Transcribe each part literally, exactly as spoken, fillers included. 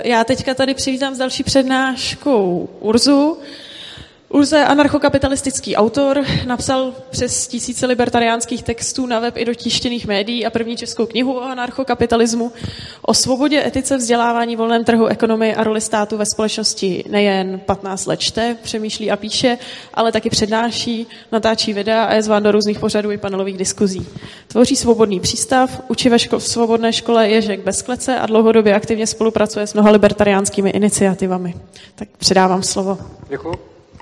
Já teďka tady přivítám s další přednáškou Urzu. Urza je anarchokapitalistický autor, napsal přes tisíce libertariánských textů na web i do tištěných médií a první českou knihu o anarchokapitalismu, o svobodě, etice, vzdělávání, volném trhu, ekonomii a roli státu ve společnosti nejen patnáct let čte, přemýšlí a píše, ale taky přednáší, natáčí videa a je zván do různých pořadů i panelových diskuzí. Tvoří Svobodný přístav, učí ve ško- v svobodné škole Ježek bez klece a dlouhodobě aktivně spolupracuje s mnoha libertariánskými iniciativami. Tak předávám slovo. Děkuji.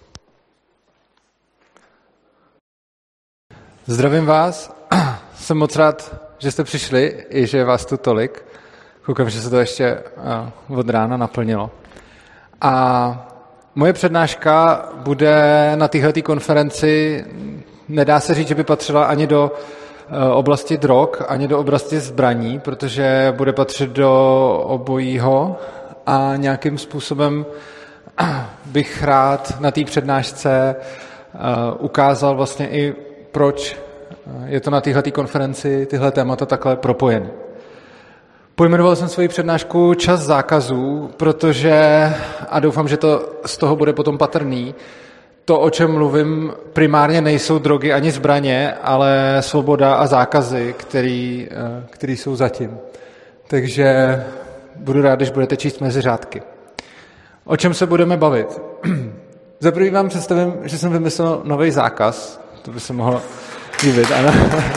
Zdravím vás, jsem moc rád, že jste přišli i že je vás tu tolik. Koukám, že se to ještě od rána naplnilo. A moje přednáška bude na téhleté konferenci, nedá se říct, že by patřila ani do oblasti drog, ani do oblasti zbraní, protože bude patřit do obojího a nějakým způsobem bych rád na té přednášce ukázal vlastně i proč je to na téhleté konferenci tyhle témata takhle propojené. Pojmenoval jsem svoji přednášku Čas zákazů, protože, a doufám, že to z toho bude potom patrný, to, o čem mluvím, primárně nejsou drogy ani zbraně, ale svoboda a zákazy, který, který jsou zatím. Takže budu rád, když budete číst mezi řádky. O čem se budeme bavit? Za prvý vám představím, že jsem vymyslel nový zákaz. To by se mohlo líbit, ano.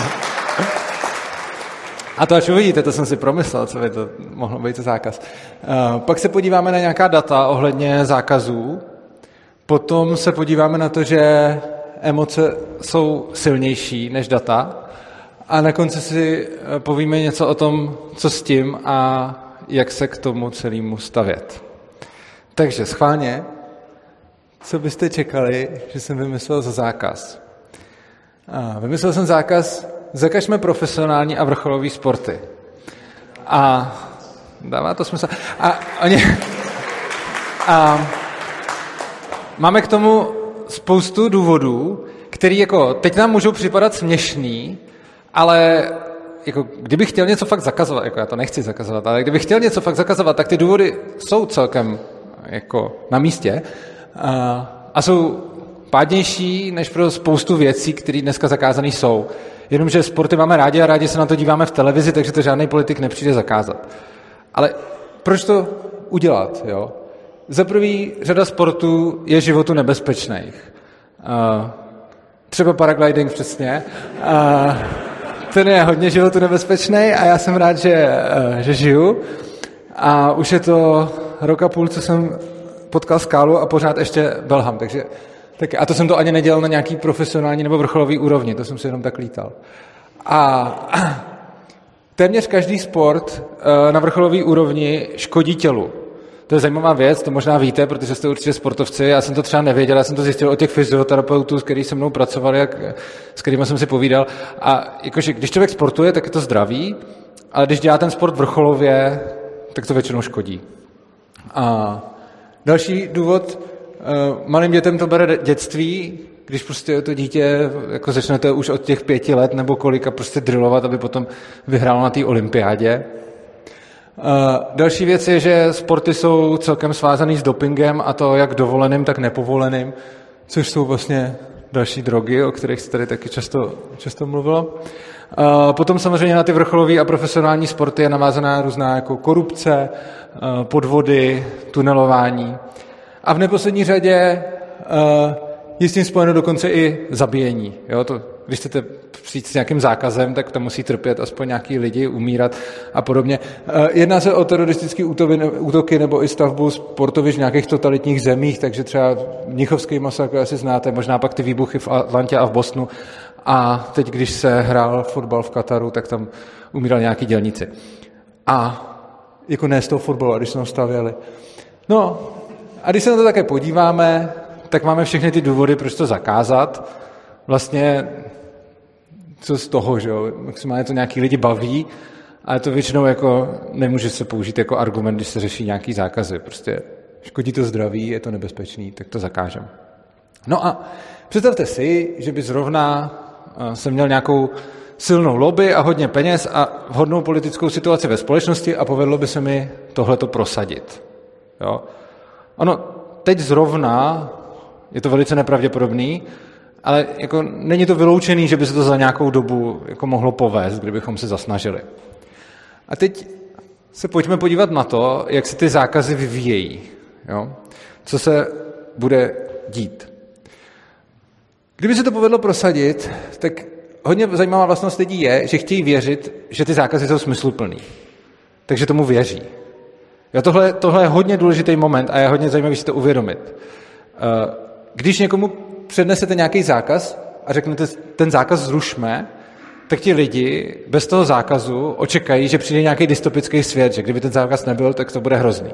A to až uvidíte, to jsem si promyslel, co by to mohlo být zákaz. Uh, pak se podíváme na nějaká data ohledně zákazů. Potom se podíváme na to, že emoce jsou silnější než data. A na konci si povíme něco o tom, co s tím a jak se k tomu celému stavět. Takže schválně, co byste čekali, že jsem vymyslel za zákaz? A vymyslel jsem zákaz, zakažme profesionální a vrcholový sporty. A dává to smysl. A, oni, a máme k tomu spoustu důvodů, který jako teď nám můžou připadat směšný, ale jako kdybych chtěl něco fakt zakazovat, jako já to nechci zakazovat, ale kdybych chtěl něco fakt zakazovat, tak ty důvody jsou celkem jako na místě a, a jsou pádnější než pro spoustu věcí, které dneska zakázané jsou. Jenomže sporty máme rádi a rádi se na to díváme v televizi, takže to žádný politik nepřijde zakázat. Ale proč to udělat? Jo? Za prvý, řada sportů je životu nebezpečných. Uh, třeba paragliding přesně. Uh, ten je hodně životu nebezpečný a já jsem rád, že, uh, že žiju. A už je to rok a půl, co jsem potkal skálu a pořád ještě belhám, takže tak, a to jsem to ani nedělal na nějaký profesionální nebo vrcholový úrovni, to jsem si jenom tak lítal. A téměř každý sport na vrcholové úrovni škodí tělu. To je zajímavá věc, to možná víte, protože jste určitě sportovci, já jsem to třeba nevěděl, já jsem to zjistil od těch fyzioterapeutů, s kterými se mnou pracovali, jak, s kterými jsem si povídal. A jakože, když člověk sportuje, tak je to zdravý, ale když dělá ten sport vrcholově, tak to většinou škodí. A další důvod, malým dětem to bere dětství, když prostě to dítě jako začnete už od těch pěti let nebo kolik a prostě drillovat, aby potom vyhrálo na té olympiádě. Další věc je, že sporty jsou celkem svázaný s dopingem a to jak dovoleným, tak nepovoleným, což jsou vlastně další drogy, o kterých se tady taky často, často mluvilo. Potom samozřejmě na ty vrcholové a profesionální sporty je navázaná různá jako korupce, podvody, tunelování. A v neposlední řadě uh, je s tím spojeno dokonce i zabíjení. Jo? To, když chcete přijít s nějakým zákazem, tak to musí trpět aspoň nějaký lidi, umírat a podobně. Uh, jedná se o teroristické útoky nebo i stavbu sportovišť v nějakých totalitních zemích, takže třeba mnichovský masakr asi znáte, možná pak ty výbuchy v Atlantě a v Bostonu. A teď, když se hrál fotbal v Kataru, tak tam umírali nějaký dělníci. A jako ne z toho fotbalu, když jsme ho stavěli. No, a když se na to také podíváme, tak máme všechny ty důvody, proč to zakázat. Vlastně co z toho, že jo? Maximálně to nějaký lidi baví, ale to většinou jako nemůže se použít jako argument, když se řeší nějaký zákazy. Prostě škodí to zdraví, je to nebezpečný, tak to zakážeme. No a představte si, že by zrovna jsem měl nějakou silnou lobby a hodně peněz a vhodnou politickou situaci ve společnosti a povedlo by se mi tohleto prosadit. Jo? Ono teď zrovna je to velice nepravděpodobný, ale jako není to vyloučený, že by se to za nějakou dobu jako mohlo povést, kdybychom se zasnažili. A teď se pojďme podívat na to, jak se ty zákazy vyvíjejí. Jo? Co se bude dít. Kdyby se to povedlo prosadit, tak hodně zajímavá vlastnost lidí je, že chtějí věřit, že ty zákazy jsou smysluplný. Takže tomu věří. Jo, tohle, tohle je hodně důležitý moment a je hodně zajímavý si to uvědomit. Když někomu přednesete nějaký zákaz a řeknete, ten zákaz zrušme, tak ti lidi bez toho zákazu očekají, že přijde nějaký dystopický svět, že kdyby ten zákaz nebyl, tak to bude hrozný.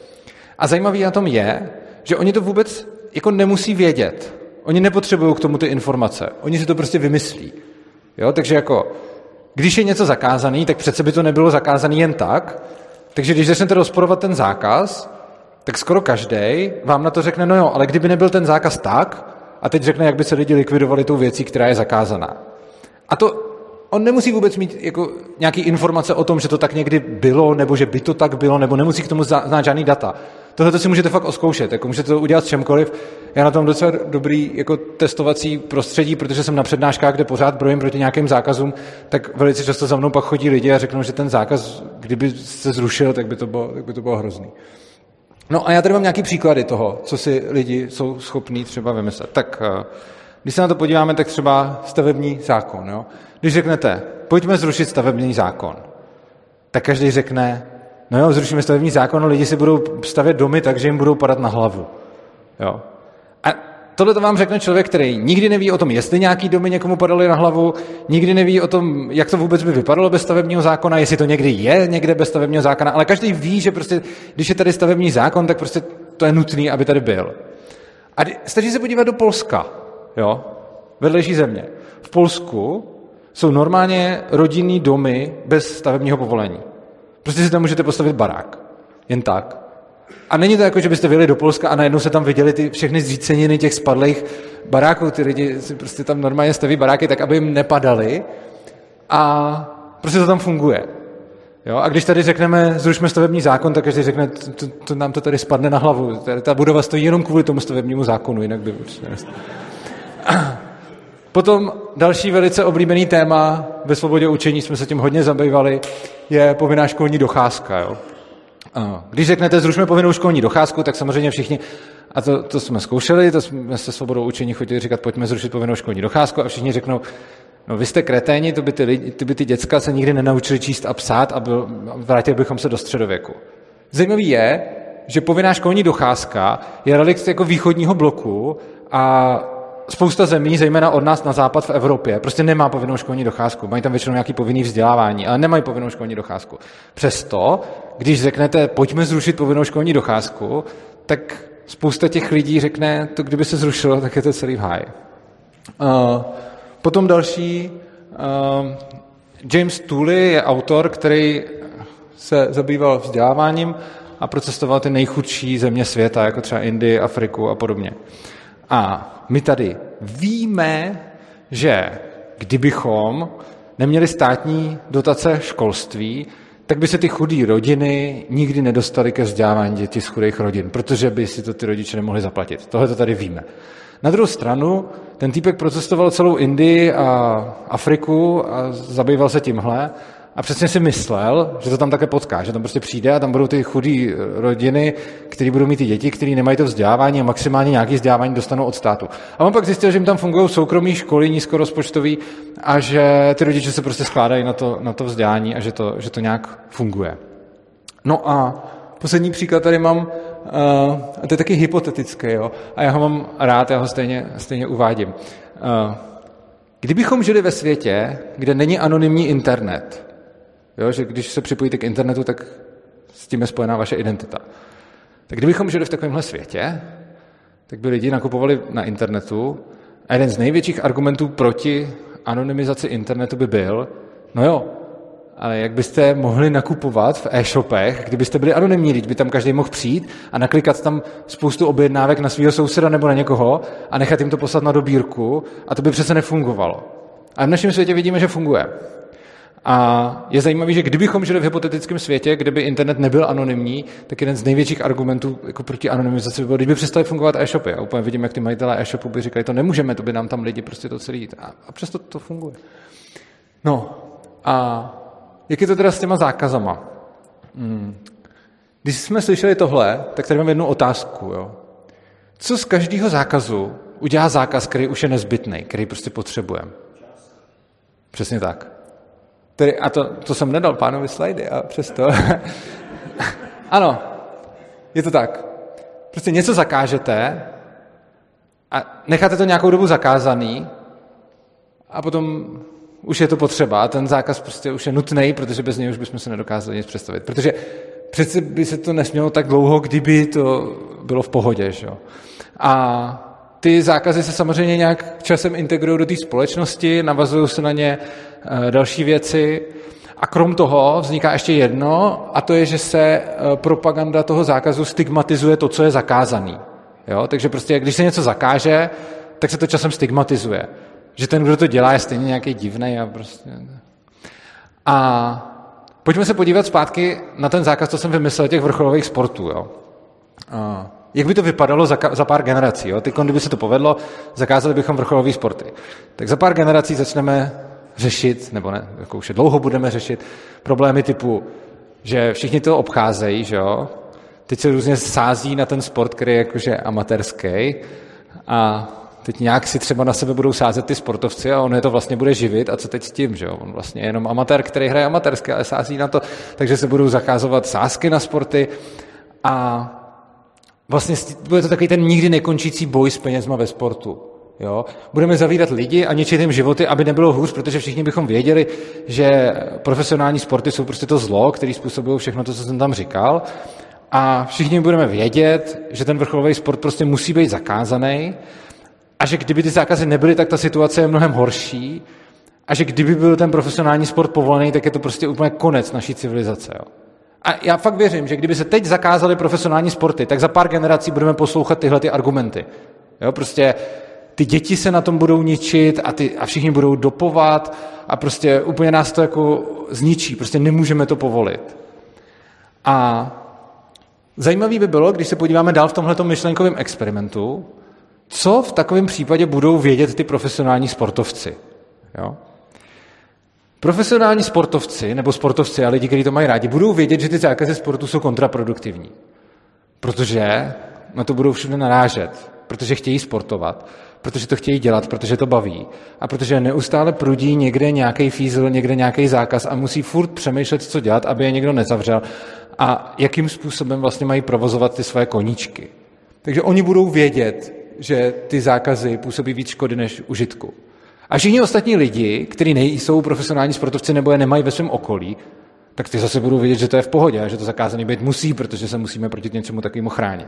A zajímavý na tom je, že oni to vůbec jako nemusí vědět. Oni nepotřebují k tomu ty informace. Oni si to prostě vymyslí. Jo? Takže jako, když je něco zakázaný, tak přece by to nebylo zakázaný jen tak. Takže když začnete rozporovat ten zákaz, tak skoro každý vám na to řekne, no jo, ale kdyby nebyl ten zákaz tak, a teď řekne, jak by se lidi likvidovali tou věcí, která je zakázaná. A to on nemusí vůbec mít jako nějaký informace o tom, že to tak někdy bylo, nebo že by to tak bylo, nebo nemusí k tomu znát žádný data. Tohle to si můžete fakt oskoušet, jako můžete to udělat s čemkoliv. Já na tom docela dobrý jako testovací prostředí, protože jsem na přednáškách, kde pořád brojím proti nějakým zákazům, tak velice často za mnou pak chodí lidi a řeknou, že ten zákaz, kdyby se zrušil, tak by to bylo, tak by to bylo hrozný. No a já tady mám nějaký příklady toho, co si lidi jsou schopní třeba vymyslet. Tak když se na to podíváme, tak třeba stavební zákon. Jo? Když řeknete, pojďme zrušit stavební zákon, tak každý řekne, no jo, zrušíme stavební zákon, a lidi si budou stavět domy tak, že jim budou padat na hlavu. Jo? A tohle to vám řekne člověk, který nikdy neví o tom, jestli nějaký domy někomu padaly na hlavu, nikdy neví o tom, jak to vůbec by vypadalo bez stavebního zákona, jestli to někdy je někde bez stavebního zákona, ale každý ví, že prostě, když je tady stavební zákon, tak prostě to je nutné, aby tady byl. A stačí se podívat do Polska, jo? Vedlejší země. V Polsku jsou normálně rodinný domy bez stavebního povolení. Prostě si tam můžete postavit barák. Jen tak. A není to jako, že byste vyjeli do Polska a najednou se tam viděli ty všechny zříceniny těch spadlých baráků. Ty lidi si prostě tam normálně staví baráky tak, aby jim nepadaly. A prostě to tam funguje. Jo? A když tady řekneme, zrušme stavební zákon, tak každý řekne, to, to, to nám to tady spadne na hlavu. Ta budova stojí jenom kvůli tomu stavebnímu zákonu, jinak by určitě nestalo. Potom další velice oblíbený téma ve svobodě učení, jsme se tím hodně zabývali, je povinná školní docházka. Jo? Když řeknete, zrušme povinnou školní docházku, tak samozřejmě všichni, a to, to jsme zkoušeli, to jsme se svobodou učení chodili říkat, pojďme zrušit povinnou školní docházku a všichni řeknou, no vy jste kreténi, to by ty, lidi, ty, by ty děcka se nikdy nenaučili číst a psát a byl, vrátili bychom se do středověku. Zajímavý je, že povinná školní docházka je relikt jako východního bloku a spousta zemí, zejména od nás na západ v Evropě, prostě nemá povinnou školní docházku. Mají tam většinou nějaký povinný vzdělávání, ale nemají povinnou školní docházku. Přesto, když řeknete, pojďme zrušit povinnou školní docházku, tak spousta těch lidí řekne, to kdyby se zrušilo, tak je to celý v háji. Uh, potom další, uh, James Tooley je autor, který se zabýval vzděláváním a procestoval ty nejchudší země světa, jako třeba Indii, Afriku a podobně. A my tady víme, že kdybychom neměli státní dotace školství, tak by se ty chudé rodiny nikdy nedostaly ke vzdělávání dětí z chudých rodin, protože by si to ty rodiče nemohli zaplatit. Tohle to tady víme. Na druhou stranu, ten týpek procestoval celou Indii a Afriku a zabýval se tímhle a přesně si myslel, že to tam také potká, že tam prostě přijde a tam budou ty chudé rodiny, které budou mít ty děti, které nemají to vzdělávání a maximálně nějaké vzdělávání dostanou od státu. A on pak zjistil, že jim tam fungují soukromé školy nízkorozpočtové a že ty rodiče se prostě skládají na to, na to vzdělání a že to, že to nějak funguje. No a poslední příklad tady mám, uh, a to je taky hypotetické, jo? A já ho mám rád, já ho stejně, stejně uvádím. Uh, kdybychom žili ve světě, kde není anonymní internet, jo, že když se připojíte k internetu, tak s tím je spojená vaše identita. Tak kdybychom žili v takovémhle světě, tak by lidi nakupovali na internetu a jeden z největších argumentů proti anonymizaci internetu by byl, no jo, ale jak byste mohli nakupovat v e-shopech, kdybyste byli anonymní, když by tam každý mohl přijít a naklikat tam spoustu objednávek na svého souseda nebo na někoho a nechat jim to poslat na dobírku a to by přece nefungovalo. A v našem světě vidíme, že funguje. A je zajímavé, že kdybychom žili v hypotetickém světě, kde by internet nebyl anonymní, tak jeden z největších argumentů jako proti anonymizaci by bylo, kdyby přestaly fungovat e-shopy. A úplně vidím, jak ty majitelé e-shopů by říkali, to nemůžeme, to by nám tam lidi prostě to celý jít. A, a přesto to funguje. No a jak je to teda s těma zákazama? Hmm. Když jsme slyšeli tohle, tak tady mám jednu otázku. Jo? Co z každého zákazu udělá zákaz, který už je nezbytný, který prostě potřebujeme? Přesně tak. Tedy, a to, to jsem nedal pánovi slajdy, a přesto. Ano, je to tak. Prostě něco zakážete a necháte to nějakou dobu zakázaný a potom už je to potřeba a ten zákaz prostě už je nutný, protože bez něj už bychom se nedokázali nic představit. Protože přece by se to nesmělo tak dlouho, kdyby to bylo v pohodě. Že? A ty zákazy se samozřejmě nějak časem integrují do té společnosti, navazují se na ně další věci a krom toho vzniká ještě jedno a to je, že se propaganda toho zákazu stigmatizuje to, co je zakázaný. Jo? Takže prostě, když se něco zakáže, tak se to časem stigmatizuje. Že ten, kdo to dělá, je stejně nějaký divnej a prostě... A pojďme se podívat zpátky na ten zákaz, co jsem vymyslel těch vrcholových sportů. Jo? A jak by to vypadalo za, za pár generací? Jo? Teď, kdyby se to povedlo, zakázali bychom vrcholové sporty. Tak za pár generací začneme řešit, nebo ne, jako už je dlouho budeme řešit, problémy typu, že všichni to obcházejí, že jo? Teď se různě sází na ten sport, který je jakože amatérský a teď nějak si třeba na sebe budou sázet ty sportovci a on je to vlastně bude živit a co teď s tím, že jo? On vlastně je jenom amatér, který hraje amatérsky, ale sází na to, takže se budou zakázovat sázky na sporty a vlastně bude to takový ten nikdy nekončící boj s penězma ve sportu. Jo? Budeme zavírat lidi a ničit jim životy, aby nebylo hůř, protože všichni bychom věděli, že profesionální sporty jsou prostě to zlo, který způsobují všechno to, co jsem tam říkal. A všichni budeme vědět, že ten vrcholový sport prostě musí být zakázaný a že kdyby ty zákazy nebyly, tak ta situace je mnohem horší a že kdyby byl ten profesionální sport povolený, tak je to prostě úplně konec naší civilizace. Jo? A já fakt věřím, že kdyby se teď zakázaly profesionální sporty, tak za pár generací budeme poslouchat tyhle ty argumenty. Jo? Prostě ty děti se na tom budou ničit a, ty, a všichni budou dopovat a prostě úplně nás to jako zničí. Prostě nemůžeme to povolit. A zajímavý by bylo, když se podíváme dál v tomhletom myšlenkovém experimentu, co v takovém případě budou vědět ty profesionální sportovci. Jo? Profesionální sportovci, nebo sportovci a lidi, kteří to mají rádi, budou vědět, že ty zákazy sportu jsou kontraproduktivní. Protože na to budou všude narážet, protože chtějí sportovat, protože to chtějí dělat, protože to baví a protože neustále prudí někde nějaký fízl, někde nějaký zákaz a musí furt přemýšlet, co dělat, aby je někdo nezavřel a jakým způsobem vlastně mají provozovat ty své koníčky. Takže oni budou vědět, že ty zákazy působí víc škody než užitku. A všichni ostatní lidi, kteří nejsou profesionální sportovci nebo je nemají ve svém okolí, tak ty zase budou vědět, že to je v pohodě a že to zakázaný být musí, protože se musíme proti něčemu takovému chránit.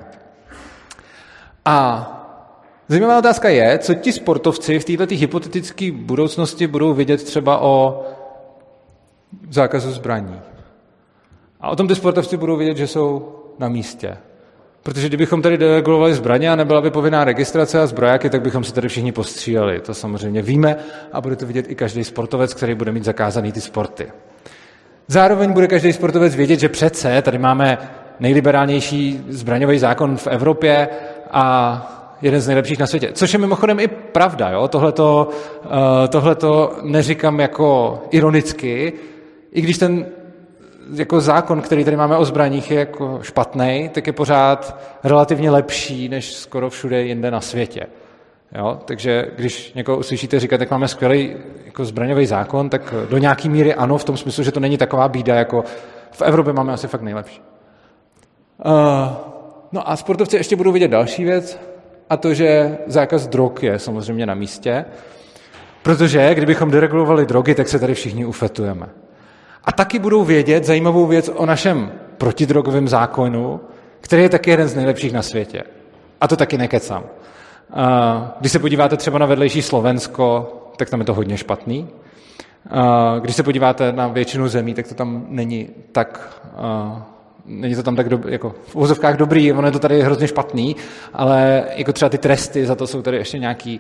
A zajímavá otázka je, co ti sportovci v této hypotetické budoucnosti budou vědět třeba o zákazu zbraní. A o tom ty sportovci budou vědět, že jsou na místě. Protože kdybychom tady deregulovali zbraně a nebyla by povinná registrace a zbrojáky, tak bychom se tady všichni postříleli. To samozřejmě víme a bude to vidět i každý sportovec, který bude mít zakázaný ty sporty. Zároveň bude každý sportovec vědět, že přece tady máme nejliberálnější zbraňový zákon v Evropě a jeden z nejlepších na světě. Což je mimochodem i pravda, jo? Tohleto, uh, tohleto neříkám jako ironicky, i když ten jako zákon, který tady máme o zbraních, je jako špatný, tak je pořád relativně lepší než skoro všude jinde na světě. Jo? Takže když někoho uslyšíte říkat, tak máme skvělý jako zbraňový zákon, tak do nějaký míry ano, v tom smyslu, že to není taková bída, jako v Evropě máme asi fakt nejlepší. Uh, no a sportovci ještě budou vidět další věc, a to, že zákaz drog je samozřejmě na místě, protože kdybychom deregulovali drogy, tak se tady všichni ufetujeme. A taky budou vědět zajímavou věc o našem protidrogovém zákonu, který je taky jeden z nejlepších na světě. A to taky nekecám. Když se podíváte třeba na vedlejší Slovensko, tak tam je to hodně špatný. Když se podíváte na většinu zemí, tak to tam není tak, není to tam tak dobrý, jako v uvozovkách dobrý, ono je to tady hrozně špatný, ale jako třeba ty tresty za to jsou tady ještě nějaký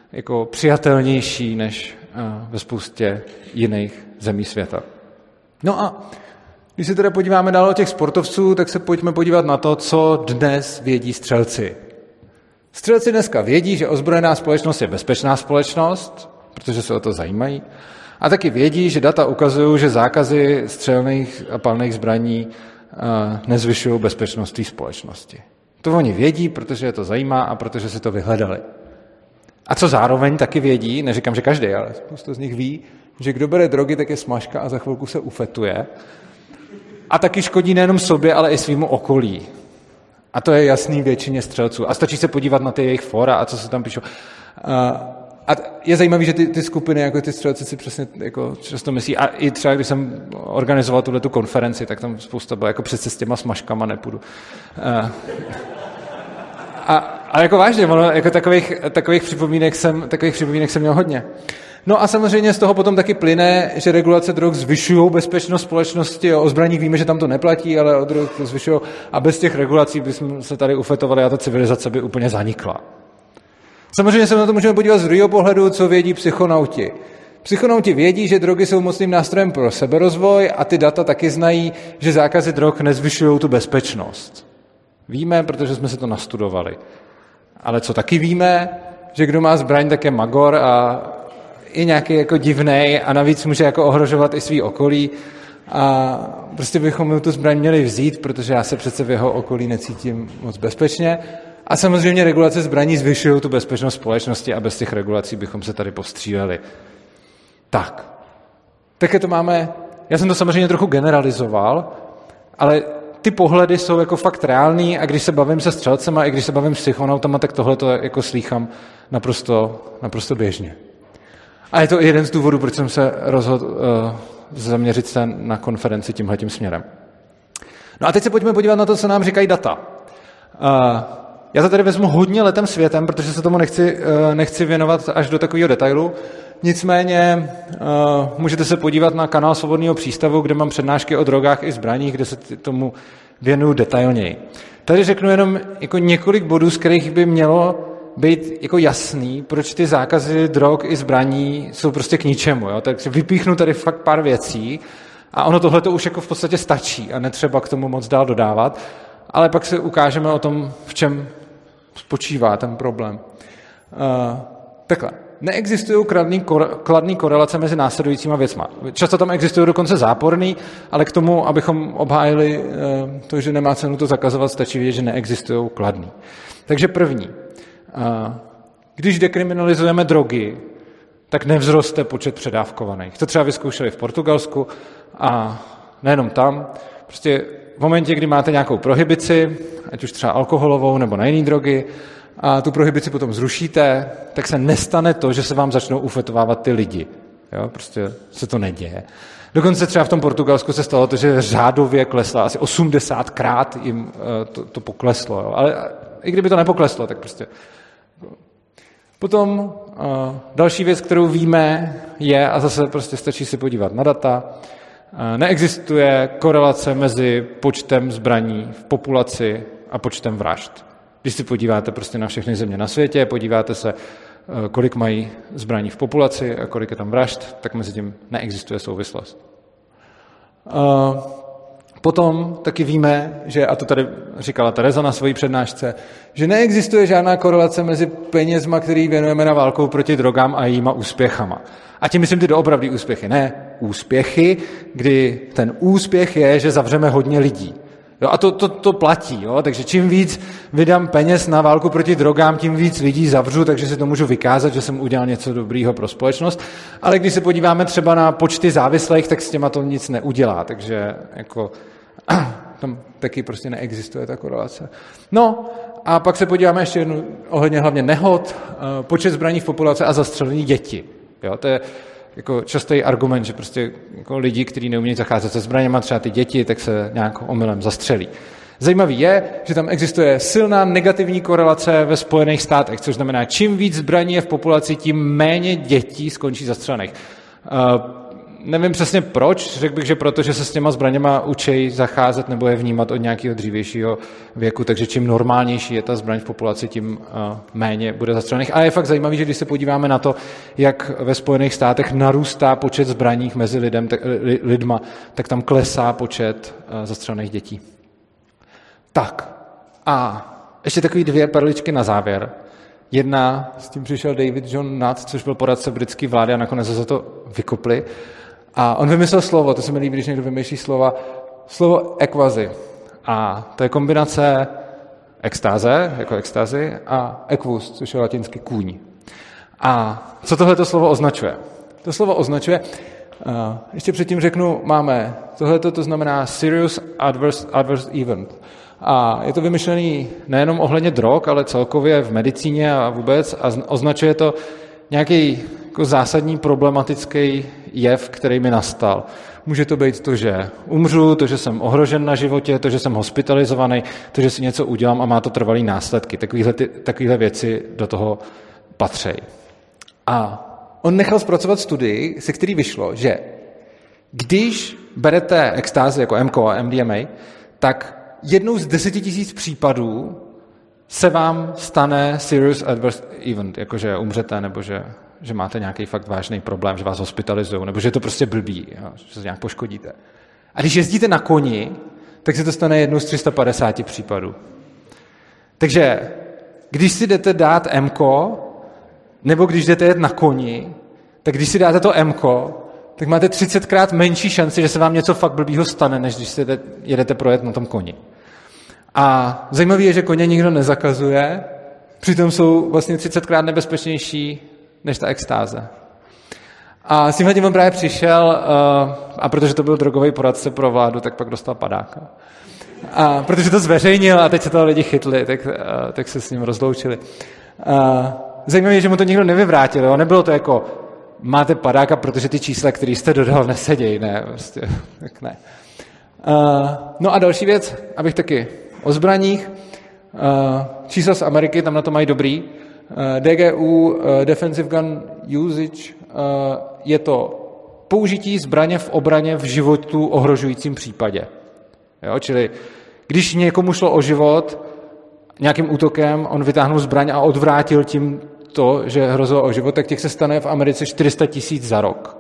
jako přijatelnější než ve spoustě jiných zemí světa. No a když se teda podíváme dál o těch sportovců, tak se pojďme podívat na to, co dnes vědí střelci. Střelci dneska vědí, že ozbrojená společnost je bezpečná společnost, protože se o to zajímají, a taky vědí, že data ukazují, že zákazy střelných a palných zbraní nezvyšují bezpečnost té společnosti. To oni vědí, protože je to zajímá a protože si to vyhledali. A co zároveň taky vědí, neříkám, že každý, ale spousta z nich ví, že kdo bere drogy, tak je smažka a za chvilku se ufetuje. A taky škodí nejenom sobě, ale i svýmu okolí. A to je jasný většině střelců. A stačí se podívat na ty jejich fora a co se tam píšou. A je zajímavé, že ty, ty skupiny, jako ty střelci si přesně jako často myslí. A i třeba, když jsem organizoval tuhletu konferenci, tak tam spousta byla jako přece s těma smažkama nepůjdu. A, a jako vážně, ono, jako takových, takových, připomínek jsem, takových připomínek jsem měl hodně. No a samozřejmě z toho potom taky plyne, že regulace drog zvyšují bezpečnost společnosti. O zbraních víme, že tam to neplatí, ale o drog to zvyšují. A bez těch regulací bychom se tady ufetovali a ta civilizace by úplně zanikla. Samozřejmě se na to můžeme podívat z druhého pohledu, co vědí psychonauti. Psychonauti vědí, že drogy jsou mocným nástrojem pro seberozvoj a ty data taky znají, že zákazy drog nezvyšují tu bezpečnost. Víme, protože jsme si to nastudovali. Ale co taky víme, že kdo má zbraň, tak je magor a je nějaký jako divnej a navíc může jako ohrožovat i svý okolí. A prostě bychom mu tu zbraň měli vzít, protože já se přece v jeho okolí necítím moc bezpečně. A samozřejmě regulace zbraní zvyšují tu bezpečnost společnosti a bez těch regulací bychom se tady postříleli. Tak. Také to máme, já jsem to samozřejmě trochu generalizoval, ale ty pohledy jsou jako fakt reální a když se bavím se střelcema, i když se bavím s psychonautama, tak tohle to jako slýchám naprosto, naprosto běžně. A je to i jeden z důvodů, proč jsem se rozhodl uh, zaměřit se na konferenci tímhletím směrem. No a teď se pojďme podívat na to, co nám říkají data. Uh, já to tady vezmu hodně letem světem, protože se tomu nechci, uh, nechci věnovat až do takového detailu. Nicméně uh, můžete se podívat na kanál Svobodného přístavu, kde mám přednášky o drogách i zbraních, kde se tomu věnuju detailněji. Tady řeknu jenom jako několik bodů, z kterých by mělo být jako jasný, proč ty zákazy drog i zbraní jsou prostě k ničemu. Jo? Takže vypíchnu tady fakt pár věcí a ono tohle to už jako v podstatě stačí a netřeba k tomu moc dál dodávat, ale pak se ukážeme o tom, v čem spočívá ten problém. Uh, takhle. Neexistují kladné korelace mezi následujícíma věcma. Často tam existují dokonce záporný, ale k tomu, abychom obhájili to, že nemá cenu to zakazovat, stačí vědět, že neexistují kladný. Takže první. Když dekriminalizujeme drogy, tak nevzroste počet předávkovaných. To třeba vyzkoušeli v Portugalsku a nejenom tam. Prostě v momentě, kdy máte nějakou prohibici, ať už třeba alkoholovou nebo na jiné drogy, a tu prohibici potom zrušíte, tak se nestane to, že se vám začnou ufetovávat ty lidi. Jo? Prostě se to neděje. Dokonce třeba v tom Portugalsku se stalo to, že řádově klesla, asi osmdesátkrát jim to, to pokleslo. Jo? Ale i kdyby to nepokleslo, tak prostě... Potom uh, další věc, kterou víme, je, a zase prostě stačí si podívat na data, uh, neexistuje korelace mezi počtem zbraní v populaci a počtem vražd. Když si podíváte prostě na všechny země na světě, podíváte se, kolik mají zbraní v populaci a kolik je tam vražd, tak mezi tím neexistuje souvislost. Potom taky víme, že, a to tady říkala Tereza na své přednášce, že neexistuje žádná korelace mezi penězma, který věnujeme na válku proti drogám a jejíma úspěchama. A tím myslím ty doopravdy úspěchy, ne úspěchy, kdy ten úspěch je, že zavřeme hodně lidí. Jo, a to, to, to platí, jo? Takže čím víc vydám peněz na válku proti drogám, tím víc lidí zavřu, takže si to můžu vykázat, že jsem udělal něco dobrýho pro společnost. Ale když se podíváme třeba na počty závislých, tak s těma to nic neudělá, takže jako tam taky prostě neexistuje ta korelace. No a pak se podíváme ještě jednu ohledně hlavně nehod, počet zbraní v populaci a zastřelení děti. Jo, to je jako častý argument, že prostě jako lidi, kteří neumějí zacházet se zbraněma, třeba ty děti, tak se nějak omylem zastřelí. Zajímavý je, že tam existuje silná negativní korelace ve Spojených státech, což znamená, čím víc zbraní je v populaci, tím méně dětí skončí zastřelených. nevím přesně proč, řekl bych, že protože se s těma zbraněma učí zacházet nebo je vnímat od nějakého dřívějšího věku, takže čím normálnější je ta zbraň v populaci, tím uh, méně bude zastřelených. A je fakt zajímavé, že když se podíváme na to, jak ve Spojených státech narůstá počet zbraní mezi lidem, tak, li, lidma, tak tam klesá počet uh, zastřelených dětí. Tak a ještě takový dvě perličky na závěr. Jedna, s tím přišel David John Nutt, což byl poradce britské vlády a nakonec se za to vykopli. A on vymyslel slovo, to se mi líbí, když někdo vymýšlí slova, slovo ekvazy. A to je kombinace extáze, jako extázy, a equus, což je latinsky kůň. A co tohleto slovo označuje? To slovo označuje, uh, ještě předtím řeknu, máme tohleto, to znamená serious adverse, adverse event. A je to vymyšlený nejenom ohledně drog, ale celkově v medicíně a vůbec a označuje to nějaký jako zásadní problematický jev, který mi nastal. Může to být to, že umřu, to, že jsem ohrožen na životě, to, že jsem hospitalizovaný, to, že si něco udělám a má to trvalý následky. Takovýhle, ty, takovýhle věci do toho patří. A on nechal zpracovat studii, se který vyšlo, že když berete extázi jako M K a M D M A, tak jednou z deseti tisíc případů se vám stane serious adverse event, jakože umřete, nebo že, že máte nějaký fakt vážný problém, že vás hospitalizují, nebo že je to prostě blbý, jo, že se nějak poškodíte. A když jezdíte na koni, tak se to stane jednou z tři sta padesáti případů. Takže když si jdete dát M K, nebo když jdete jet na koni, tak když si dáte to M K, tak máte třicetkrát menší šanci, že se vám něco fakt blbýho stane, než když si jedete projet na tom koni. A zajímavé je, že koně nikdo nezakazuje, přitom jsou vlastně třicetkrát nebezpečnější než ta extáze. A s tímhle tím on právě přišel, a protože to byl drogový poradce pro vládu, tak pak dostal padáka. A protože to zveřejnil a teď se toho lidi chytli, tak, tak se s ním rozloučili. A zajímavé je, že mu to nikdo nevyvrátil. Jo? Nebylo to jako, máte padáka, protože ty čísla, které jste dodal, nesedějí. Ne, prostě, tak ne. Uh, no a další věc, abych taky o zbraních. Uh, čísla z Ameriky, tam na to mají dobrý. Uh, D G U, uh, Defensive Gun Usage, uh, je to použití zbraně v obraně v životu ohrožujícím případě. Jo, čili když někomu šlo o život nějakým útokem, on vytáhnul zbraň a odvrátil tím to, že hrozilo o život, tak těch se stane v Americe čtyři sta tisíc za rok.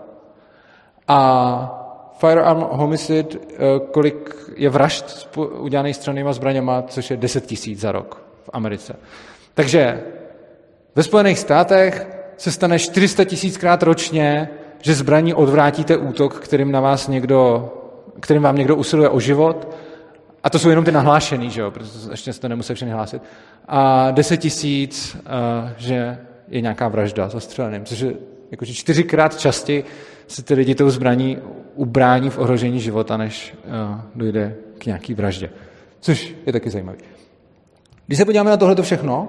A firearm homicide, kolik je vražd udělaných střelnýma zbraněma, což je deset tisíc za rok v Americe. Takže ve Spojených státech se stane čtyři sta tisíckrát ročně, že zbraní odvrátíte útok, kterým na vás někdo, kterým vám někdo usiluje o život. A to jsou jenom ty nahlášený, že jo, protože ještě jste nemuseli všechny hlásit. A deset tisíc, že je nějaká vražda zastřeleným, což je jakože čtyřikrát častěji se ty lidi tou zbraní ubrání v ohrožení života, než uh, dojde k nějaký vraždě. Což je taky zajímavé. Když se podíváme na tohleto všechno,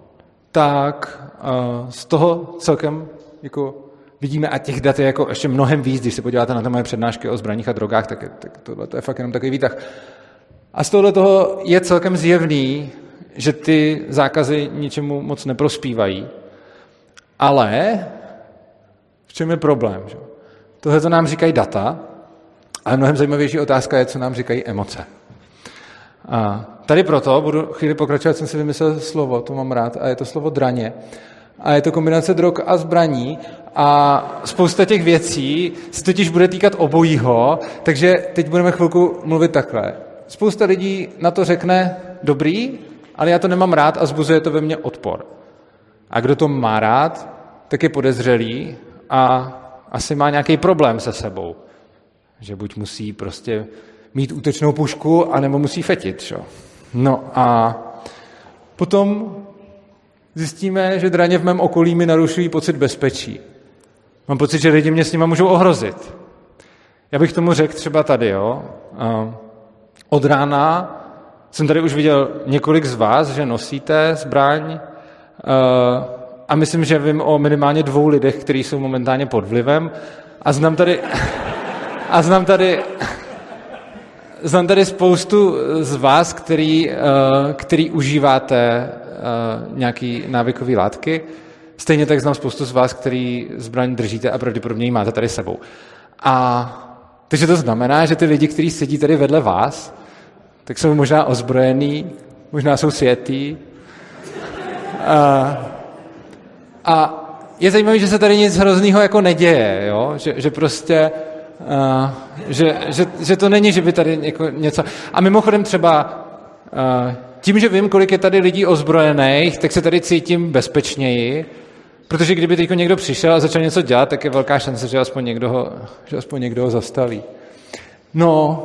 tak uh, z toho celkem jako vidíme, a těch dat je jako ještě mnohem víc, když se podíváte na ty moje přednášky o zbraních a drogách, tak, tak tohle je fakt jenom takový výtah. A z tohle toho je celkem zjevný, že ty zákazy ničemu moc neprospívají. Ale v čem je problém? Že? Tohle to nám říkají data, ale mnohem zajímavější otázka je, co nám říkají emoce. A tady proto budu chvíli pokračovat, jsem si vymyslel slovo, to mám rád, a je to slovo draně. A je to kombinace drog a zbraní a spousta těch věcí se totiž bude týkat obojího, takže teď budeme chvilku mluvit takhle. Spousta lidí na to řekne, dobrý, ale já to nemám rád a zbuzuje to ve mně odpor. A kdo to má rád, tak je podezřelý a asi má nějaký problém se sebou. Že buď musí prostě mít útočnou pušku, anebo musí fetit. Čo? No a potom zjistíme, že draně v mém okolí mi narušují pocit bezpečí. Mám pocit, že lidi mě s nima můžou ohrozit. Já bych tomu řekl třeba tady, jo. Od rána jsem tady už viděl několik z vás, že nosíte zbraň a myslím, že vím o minimálně dvou lidech, kteří jsou momentálně pod vlivem a znám tady a znám tady znám tady spoustu z vás, který, který užíváte nějaký návykový látky. Stejně tak znám spoustu z vás, který zbraň držíte a pravděpodobně ji máte tady sebou. A takže to znamená, že ty lidi, kteří sedí tady vedle vás, tak jsou možná ozbrojení, možná jsou světí. A, a je zajímavé, že se tady nic hroznýho jako neděje, jo? Že, že prostě, uh, že, že, že to není, že by tady jako něco... A mimochodem třeba uh, tím, že vím, kolik je tady lidí ozbrojených, tak se tady cítím bezpečněji, protože kdyby teď někdo přišel a začal něco dělat, tak je velká šance, že aspoň někdo ho, že aspoň někdo ho zastaví. No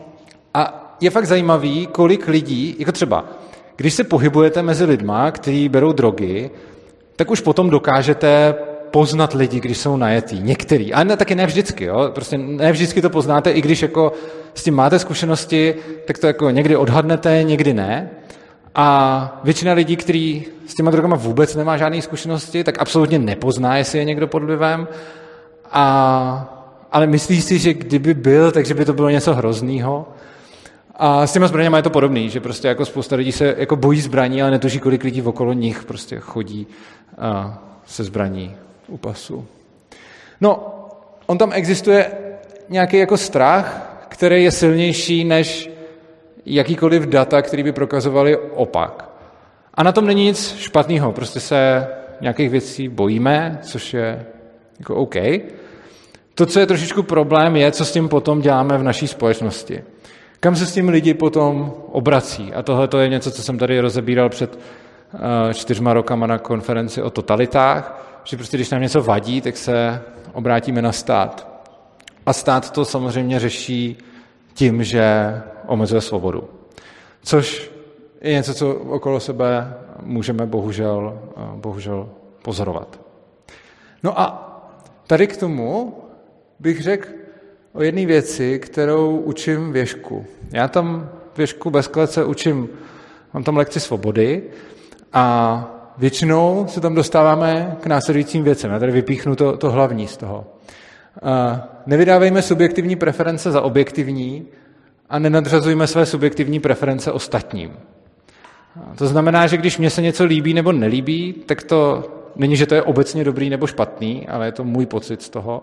a je fakt zajímavý, kolik lidí, jako třeba, když se pohybujete mezi lidma, kteří berou drogy, tak už potom dokážete poznat lidi, když jsou najetí. Některý, ale ne, taky ne vždycky. Jo? Prostě ne vždycky to poznáte, i když jako s tím máte zkušenosti, tak to jako někdy odhadnete, někdy ne. A většina lidí, kteří s těma drogama vůbec nemá žádné zkušenosti, tak absolutně nepozná, jestli je někdo pod vlivem. A, ale myslí si, že kdyby byl, takže by to bylo něco hroznýho. A s těma zbraněma je to podobný, že prostě jako spousta lidí se jako bojí zbraní, ale netuší, kolik lidí okolo nich prostě chodí a, se zbraní u pasu. No, on tam existuje nějaký jako strach, který je silnější než jakýkoliv data, který by prokazovaly opak. A na tom není nic špatného, prostě se nějakých věcí bojíme, což je jako OK. To, co je trošičku problém, je, co s tím potom děláme v naší společnosti. Kam se s tím lidi potom obrací? A tohle to je něco, co jsem tady rozebíral před uh, čtyřma rokama na konferenci o totalitách, že prostě když nám něco vadí, tak se obrátíme na stát. A stát to samozřejmě řeší tím, že omezuje svobodu. Což je něco, co okolo sebe můžeme bohužel, uh, bohužel pozorovat. No a tady k tomu bych řekl o jedné věci, kterou učím v Ježku. Já tam v Ježku bez klece učím, mám tam lekci svobody a většinou se tam dostáváme k následujícím věcem. Já tady vypíchnu to, to hlavní z toho. Nevydávejme subjektivní preference za objektivní a nenadřazujme své subjektivní preference ostatním. To znamená, že když mně se něco líbí nebo nelíbí, tak to není, že to je obecně dobrý nebo špatný, ale je to můj pocit z toho.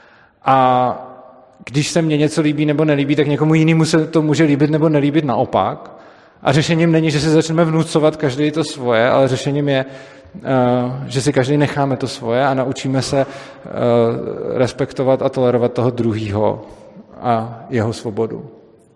A když se mně něco líbí nebo nelíbí, tak někomu jinému se to může líbit nebo nelíbit naopak. A řešením není, že si začneme vnucovat každý to svoje, ale řešením je, že si každý necháme to svoje a naučíme se respektovat a tolerovat toho druhýho a jeho svobodu.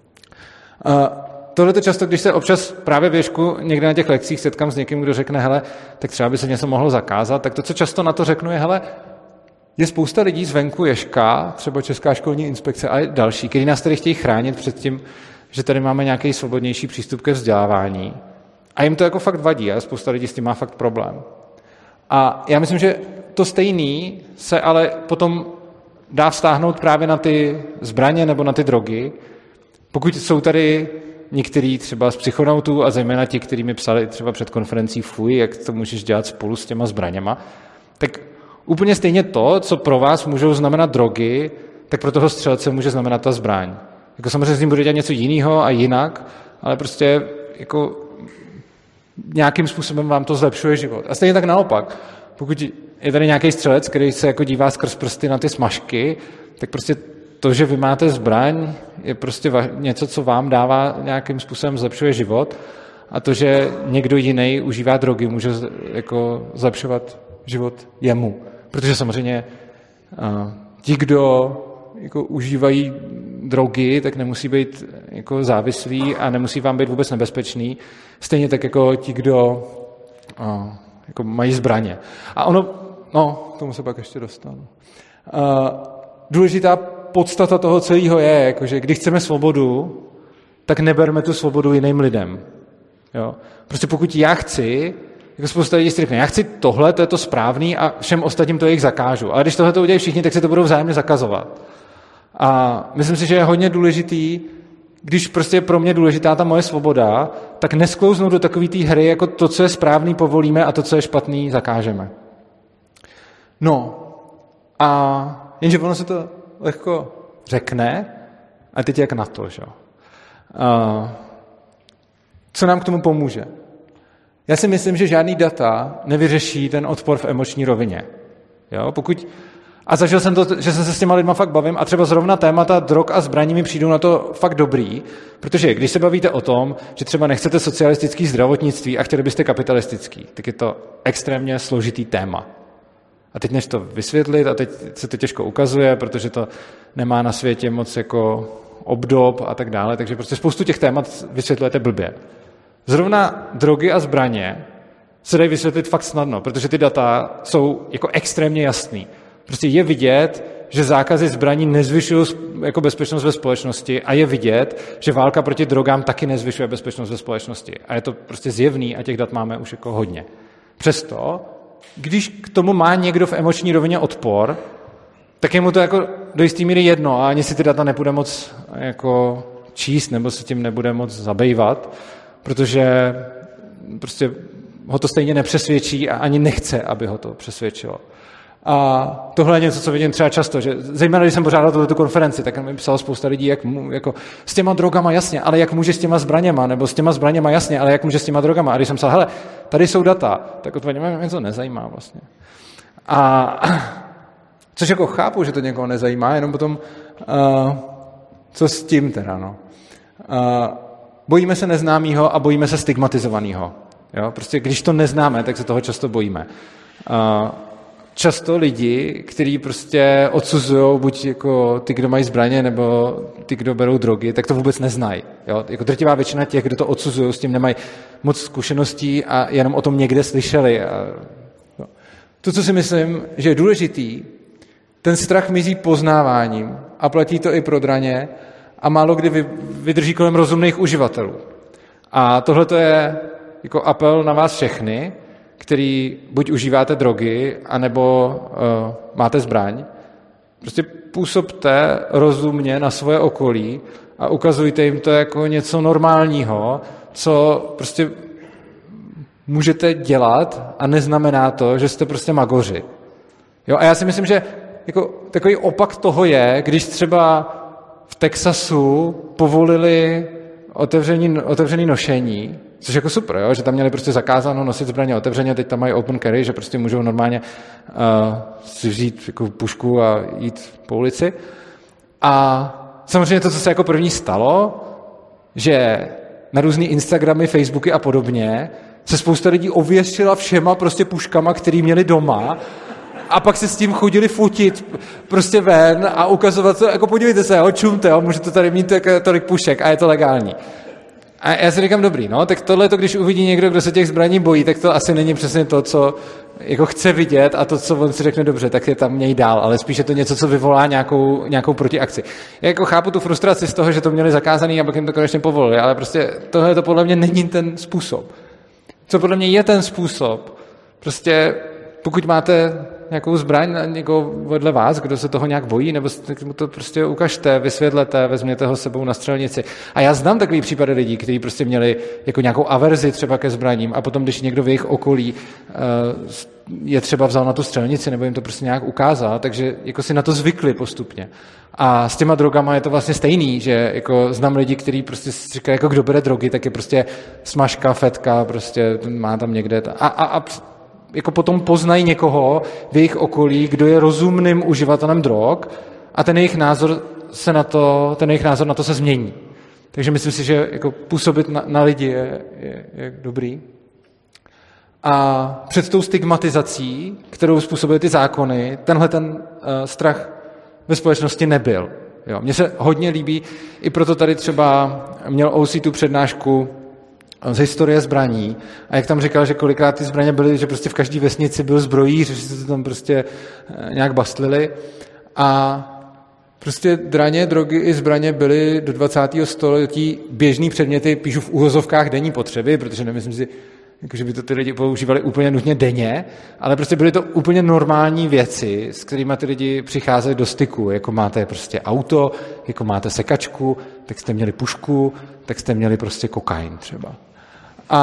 Tohle to často, když se občas právě v Ježku někde na těch lekcích setkám s někým, kdo řekne, hele, tak třeba by se něco mohlo zakázat, tak to, co často na to řeknu, je, hele, je spousta lidí zvenku Ježka, třeba Česká školní inspekce a další, kteří nás tady chtějí chránit před tím, že tady máme nějaký svobodnější přístup ke vzdělávání. A jim to jako fakt vadí a spousta lidí s tím má fakt problém. A já myslím, že to stejný se ale potom dá vztáhnout právě na ty zbraně nebo na ty drogy. Pokud jsou tady některý třeba z psychonautů a zejména ti, kteří mi psali třeba před konferencí fuj, jak to můžeš dělat spolu s těma zbraněma, tak úplně stejně to, co pro vás můžou znamenat drogy, tak pro toho střelce může znamenat ta zbraň. Jako samozřejmě s ním bude dělat něco jiného a jinak, ale prostě jako nějakým způsobem vám to zlepšuje život. A stejně tak naopak. Pokud je tady nějaký střelec, který se jako dívá skrz prsty na ty smažky, tak prostě to, že vy máte zbraň, je prostě něco, co vám dává nějakým způsobem zlepšuje život a to, že někdo jiný užívá drogy, může jako zlepšovat život jemu. Protože samozřejmě ti, kdo jako užívají drogy, tak nemusí být jako závislí a nemusí vám být vůbec nebezpečný. Stejně tak jako ti, kdo jako mají zbraně. A ono, no, k tomu se pak ještě dostanu. Důležitá podstata toho celého je, jako, že když chceme svobodu, tak neberme tu svobodu jiným lidem. Jo? Prostě pokud já chci, jako spousta lidí si řekne, já chci tohle, to je to správný a všem ostatním to jejich zakážu. Ale když tohle to udělají všichni, tak se to budou vzájemně zakazovat. A myslím si, že je hodně důležitý, když prostě je pro mě důležitá ta moje svoboda, tak nesklouznout do takové té hry, jako to, co je správný, povolíme a to, co je špatný, zakážeme. No a jenže ono se to lehko řekne a teď jak na to, že? A co nám k tomu pomůže? Já si myslím, že žádný data nevyřeší ten odpor v emoční rovině. Jo? Pokud, A zažil jsem to, že jsem se s těma lidma fakt bavím a třeba zrovna témata drog a zbraní mi přijdou na to fakt dobrý, protože když se bavíte o tom, že třeba nechcete socialistický zdravotnictví a chtěli byste kapitalistický, tak je to extrémně složitý téma. A teď než to vysvětlit, a teď se to těžko ukazuje, protože to nemá na světě moc jako obdob a tak dále, takže prostě spoustu těch témat vysvětlujete blbě. Zrovna drogy a zbraně se dají vysvětlit fakt snadno, protože ty data jsou jako extrémně jasný. Prostě je vidět, že zákazy zbraní nezvyšují jako bezpečnost ve společnosti a je vidět, že válka proti drogám taky nezvyšuje bezpečnost ve společnosti. A je to prostě zjevný a těch dat máme už jako hodně. Přesto, když k tomu má někdo v emoční rovině odpor, tak je mu to jako do jistý míry jedno a ani si ty data nebude moc jako číst nebo se tím nebude moc zabývat, protože prostě ho to stejně nepřesvědčí a ani nechce, aby ho to přesvědčilo. A tohle je něco, co vidím třeba často, že zejména, když jsem pořádal tuto konferenci, tak mi psalo spousta lidí, jak mu, jako s těma drogama jasně, ale jak může s těma zbraněma, nebo s těma zbraněma jasně, ale jak může s těma drogama. A když jsem psal, hele, tady jsou data, tak odpověď mě to nezajímá vlastně. A což jako chápu, že to někoho nezajímá, jenom potom, uh, co s tím teda, no. Uh, bojíme se neznámýho a bojíme se stigmatizovanýho. Jo? Prostě když to neznáme, tak se toho často bojíme. Uh, často lidi, kteří prostě odsuzují buď jako ty, kdo mají zbraně, nebo ty, kdo berou drogy, tak to vůbec neznají. Jo? Jako drtivá většina těch, kdo to odsuzují, s tím nemají moc zkušeností a jenom o tom někde slyšeli. A, no. To, co si myslím, že je důležitý, ten strach mizí poznáváním a platí to i pro draně a málo kdy vydrží kolem rozumných uživatelů. A tohle to je jako apel na vás všechny, který buď užíváte drogy, anebo uh, máte zbraň. Prostě působte rozumně na svoje okolí a ukazujte jim to jako něco normálního, co prostě můžete dělat a neznamená to, že jste prostě magoři. Jo, a já si myslím, že jako takový opak toho je, když třeba v Texasu povolili otevřený, otevřený nošení, což jako super, jo? Že tam měli prostě zakázáno nosit zbraně otevřeně, teď tam mají open carry, že prostě můžou normálně uh, si vzít jako pušku a jít po ulici. A samozřejmě to, co se jako první stalo, že na různý Instagramy, Facebooky a podobně se spousta lidí ověšila všema prostě puškama, který měli doma a pak se s tím chodili fotit prostě ven a ukazovat to, jako podívejte se, jo, čumte, jo, můžete tady mít tolik pušek a je to legální. A já si říkám, dobrý, no, tak tohle to, když uvidí někdo, kdo se těch zbraní bojí, tak to asi není přesně to, co jako chce vidět a to, co on si řekne dobře, tak je tam měj dál, ale spíš je to něco, co vyvolá nějakou, nějakou protiakci. Já jako chápu tu frustraci z toho, že to měli zakázaný a pak jim to konečně povolili, ale prostě tohle to podle mě není ten způsob. Co podle mě je ten způsob, prostě pokud máte nějakou zbraň na někoho vedle vás, kdo se toho nějak bojí, nebo mu to prostě ukažte, vysvětlete, vezměte ho sebou na střelnici. A já znám takový případy lidí, kteří prostě měli jako nějakou averzi třeba ke zbraním a potom, když někdo v jejich okolí je třeba vzal na tu střelnici nebo jim to prostě nějak ukázal, takže jako si na to zvykli postupně. A s těma drogama je to vlastně stejný, že jako znám lidi, kteří prostě si říkají, jako kdo bere drogy, tak je prostě smažka, fetka, prostě má tam někde. A, a, a jako potom poznají někoho v jejich okolí, kdo je rozumným uživatelem drog a ten jejich názor se na to, ten jejich názor na to se změní. Takže myslím si, že jako působit na, na lidi je, je, je dobrý. A před tou stigmatizací, kterou způsobují ty zákony, tenhle ten uh, strach ve společnosti nebyl. Jo. Mně se hodně líbí, i proto tady třeba měl O C tu přednášku z historie zbraní a jak tam říkal, že kolikrát ty zbraně byly, že prostě v každé vesnici byl zbrojíř, že se to tam prostě nějak bastlili a prostě draně, drogy i zbraně byly do dvacátého století běžný předměty, píšu v úvozovkách denní potřeby, protože nemyslím si, jako, že by to ty lidi používali úplně nutně denně, ale prostě byly to úplně normální věci, s kterými ty lidi přicházeli do styku, jako máte prostě auto, jako máte sekačku, tak jste měli pušku, tak jste měli prostě kokain třeba. A,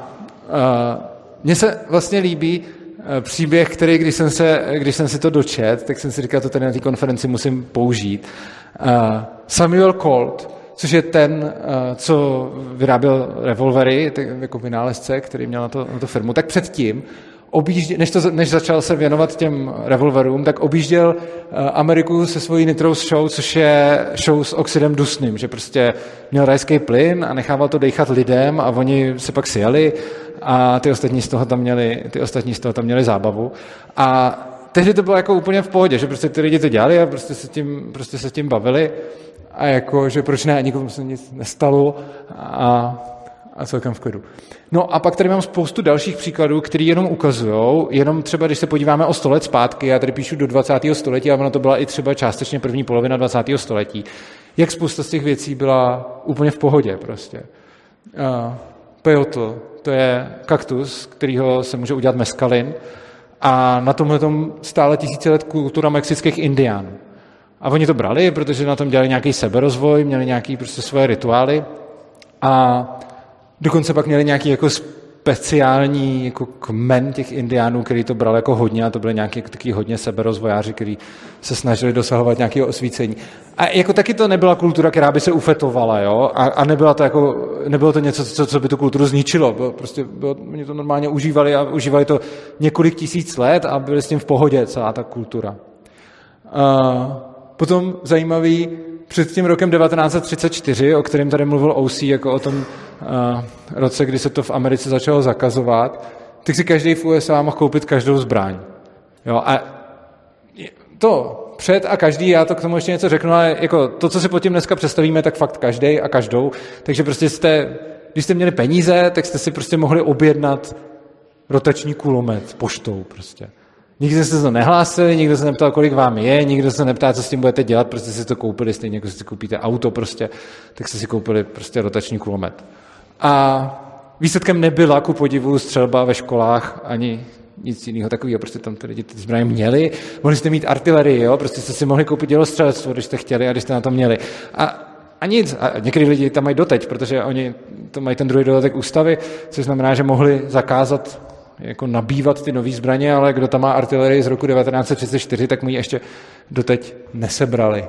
a mně se vlastně líbí příběh, který, když jsem, se, když jsem si to dočet, tak jsem si říkal, to tady na té konferenci musím použít. Samuel Colt, což je ten, co vyráběl revolvery, jako vynálezce, který měl na to, na to firmu, tak předtím objížděl, než, to, než začal se věnovat těm revolverům, tak objížděl Ameriku se svojí Nitrous show, což je show s oxidem dusným, že prostě měl rajský plyn a nechával to dejchat lidem a oni se pak sjeli a ty ostatní z toho tam měli, ty ostatní z toho tam měli zábavu. A tehdy to bylo jako úplně v pohodě, že prostě ty lidi to dělali a prostě se tím, prostě se tím bavili a jako, že proč ne, nikomu se nic nestalo a a celkem v klidu. No a pak tady mám spoustu dalších příkladů, které jenom ukazujou, jenom třeba, když se podíváme o sto let zpátky, já tady píšu do dvacátého století, a ono to byla i třeba částečně první polovina dvacátého století, jak spousta z těch věcí byla úplně v pohodě prostě. Uh, peyote, to je kaktus, kterýho se může udělat meskalin a na tomhle tom stále tisíce let kultura mexických indiánů. A oni to brali, protože na tom dělali nějaký seberozvoj, měli nějaký prostě svoje rituály a dokonce pak měli nějaký jako speciální jako kmen těch indiánů, který to bral jako hodně a to byly nějaký taky hodně seberozvojáři, kteří se snažili dosahovat nějakého osvícení. A jako taky to nebyla kultura, která by se ufetovala, jo? A, a nebyla to jako, nebylo to něco, co, co by tu kulturu zničilo. Bylo, prostě bylo, oni to normálně užívali a užívali to několik tisíc let a byli s tím v pohodě celá ta kultura. Uh, potom zajímavý před tím rokem devatenáct set třicet čtyři, o kterém tady mluvil O C, jako o tom uh, roce, kdy se to v Americe začalo zakazovat, tak si každý v U S A mohl koupit každou zbraň. Jo, a to před a každý, já to k tomu ještě něco řeknu, ale jako to, co si pod tím dneska představíme, tak fakt každý a každou. Takže prostě jste, když jste měli peníze, tak jste si prostě mohli objednat rotační kulomet poštou prostě. Nikdo se to nehlásili, nikdo se neptal, kolik vám je, nikdo se neptá, co s tím budete dělat, prostě si to koupili, stejně jako si koupíte auto prostě, tak jste si koupili prostě rotační kulomet. A výsledkem nebyla ku podivu střelba ve školách ani nic jiného takového, prostě tam ty lidi ty zbraně měli, mohli jste mít artilerii, jo? Prostě jste si mohli koupit dělostřelectvo, když jste chtěli a když jste na to měli. A, a nic, a některý lidi tam mají doteď, protože oni to mají ten druhý dodatek ústavy, což znamená, že mohli zakázat jako nabývat ty nový zbraně, ale kdo tam má artilerii z roku devatenáct set třicet čtyři, tak mu ji ještě doteď nesebrali.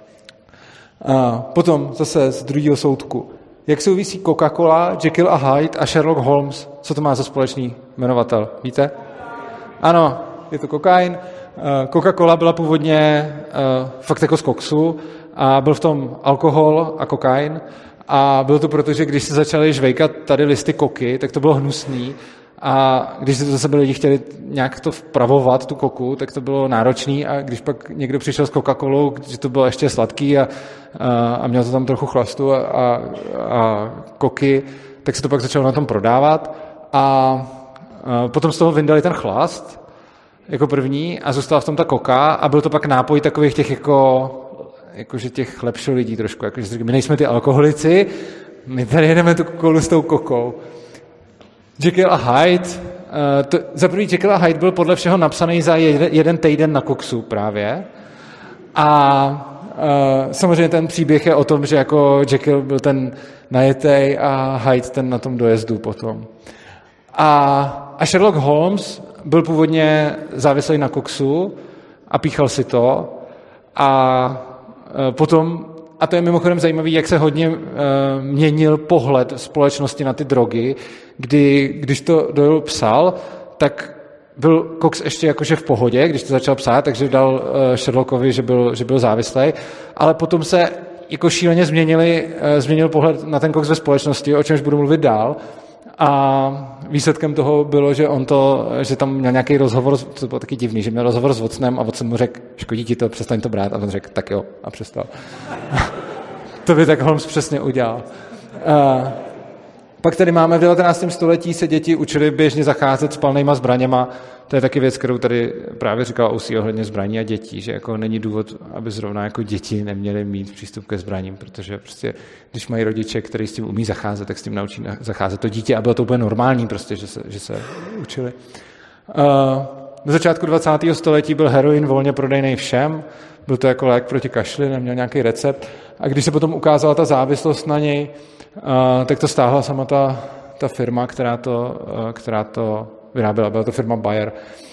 A potom zase z druhého soudku. Jak souvisí Coca-Cola, Jekyll a Hyde a Sherlock Holmes? Co to má za společný jmenovatel? Víte? Ano, je to kokain. Coca-Cola byla původně uh, fakt jako z koksu a byl v tom alkohol a kokain. A bylo to proto, že když se začaly žvejkat tady listy koky, tak to bylo hnusný. A když se to zase lidi chtěli nějak to vpravovat, tu koku, tak to bylo náročný a když pak někdo přišel s Coca-Colou, že to bylo ještě sladký a, a, a měl to tam trochu chlastu a, a, a koky, tak se to pak začalo na tom prodávat a, a potom z toho vyndali ten chlast jako první a zůstala v tom ta koka a byl to pak nápoj takových těch jako, jakože těch lepších lidí trošku, jakože my nejsme ty alkoholici, my tady jedeme tu kolu s tou kokou. Jekyll a Hyde, uh, to, za první Jekyll a Hyde byl podle všeho napsaný za jeden, jeden týden na koksu právě a uh, samozřejmě ten příběh je o tom, že jako Jekyll byl ten najetej a Hyde ten na tom dojezdu potom. A, a Sherlock Holmes byl původně závislý na koksu a píchal si to a uh, potom a to je mimochodem zajímavé, jak se hodně uh, měnil pohled společnosti na ty drogy, kdy, když to Doyle psal, tak byl koks ještě jakože v pohodě, když to začal psát, takže dal uh, Sherlockovi, že byl, že byl závislý, ale potom se jako šíleně změnili, uh, změnil pohled na ten koks ve společnosti, o čemž budu mluvit dál. A výsledkem toho bylo, že on to, že tam měl nějaký rozhovor, to bylo taky divný, že měl rozhovor s Watsonem a Watson mu řekl, škodí ti to, přestaň to brát. A on řekl, tak jo, a přestal. To by tak Holmes přesně udělal. Uh, pak tady máme v devatenáctém století se děti učili běžně zacházet s palnýma zbraněma. To je taky věc, kterou tady právě říkal O C ohledně zbraní a dětí, že jako není důvod, aby zrovna jako děti neměly mít přístup ke zbraním, protože prostě, když mají rodiče, který s tím umí zacházet, tak s tím naučí zacházet to dítě a bylo to úplně normální prostě, že se, že se učili. Uh, na začátku dvacátého století byl heroin volně prodejný všem, byl to jako lék proti kašli, neměl nějaký recept a když se potom ukázala ta závislost na něj, uh, tak to stáhla sama ta, ta firma, která to, uh, která to vyráběla, byla to firma Bayer.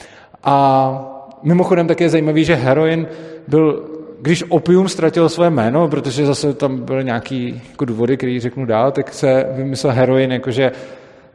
A mimochodem také je zajímavý, že heroin byl, když opium ztratilo svoje jméno, protože zase tam byly nějaký jako důvody, který řeknu dál, tak se vymyslel heroin, jakože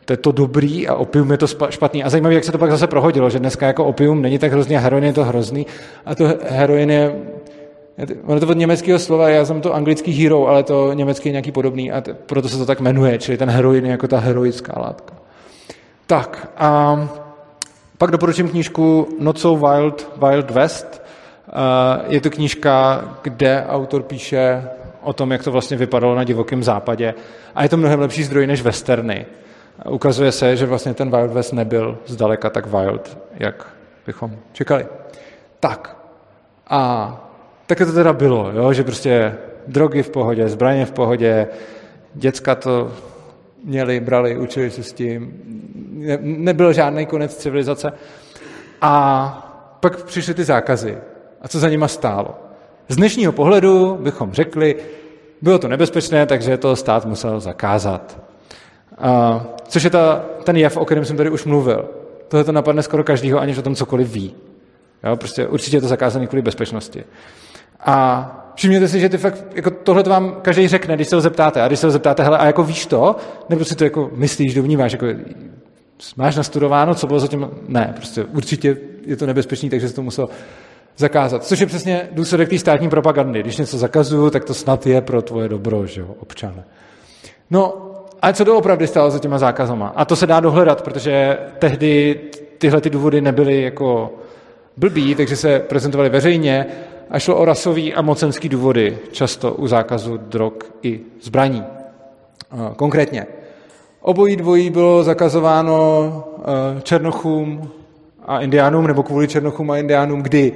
to je to dobrý a opium je to špatný. A zajímavé, jak se to pak zase prohodilo, že dneska jako opium není tak hrozný a heroin je to hrozný. A to heroin je, ono to od německého slova, já jsem to anglický hero, ale to německý je nějaký podobný a t- proto se to tak jmenuje, čili ten heroin je jako ta heroická látka. Tak a pak doporučím knížku Not So Wild, Wild West. Je to knížka, kde autor píše o tom, jak to vlastně vypadalo na divokém západě. A je to mnohem lepší zdroj než westerny. Ukazuje se, že vlastně ten Wild West nebyl zdaleka tak wild, jak bychom čekali. Tak. A tak to teda bylo, jo? Že prostě drogy v pohodě, zbraně v pohodě, děcka to měli, brali, učili se s tím. Ne, nebyl žádný konec civilizace. A pak přišly ty zákazy. A co za nima stálo? Z dnešního pohledu bychom řekli, bylo to nebezpečné, takže to stát musel zakázat. A, což je ta, ten jev, o kterém jsem tady už mluvil. Tohle to napadne skoro každýho, aniž o tom cokoliv ví. Jo, prostě určitě je to zakázané kvůli bezpečnosti. A všimněte si, že ty fakt, jako tohle to vám každý řekne, když se ho zeptáte. A když se ho zeptáte, hele, a jako víš to? Nebo si to jako myslíš, dovnímáš, jako máš nastudováno, co bylo zatím? Ne, prostě určitě je to nebezpečný, takže se to muselo zakázat. Což je přesně důsledek té státní propagandy. Když něco zakazuju, tak to snad je pro tvoje dobro, že jo, občane. No, a co doopravdy stalo za těma zákazama? A to se dá dohledat, protože tehdy tyhle ty důvody nebyly jako blbý, takže se prezentovaly veřejně a šlo o rasový a mocenský důvody, často u zákazu drog i zbraní. Konkrétně. Obojí dvojí bylo zakazováno černochům a indiánům, nebo kvůli černochům a indiánům, kdy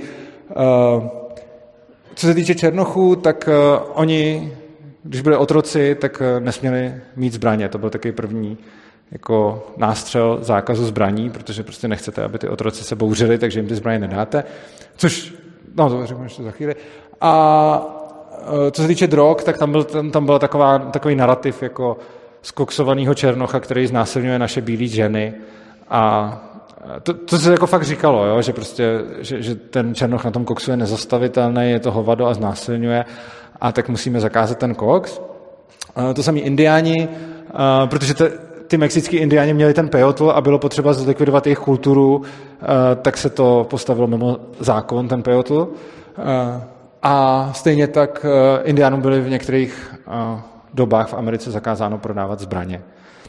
co se týče černochů, tak oni, když byli otroci, tak nesměli mít zbraně. To byl taky první jako nástřel zákazu zbraní, protože prostě nechcete, aby ty otroci se bouřili, takže jim ty zbraně nedáte. Což, no to řeknu ještě za chvíli. A co se týče drog, tak tam byl, tam, tam byl taková, takový narrativ jako skoksovaného černocha, který znásilňuje naše bílé ženy. A to, to se jako fakt říkalo, jo? Že, prostě, že, že ten černoch na tom koksu je nezastavitelný, je to hovado a znásilňuje, a tak musíme zakázat ten koks. To samý indiáni, protože te, ty mexický indiáni měli ten pejotl a bylo potřeba zlikvidovat jejich kulturu, tak se to postavilo mimo zákon, ten pejotl. A stejně tak indiánům byly v některých dobách v Americe zakázáno prodávat zbraně.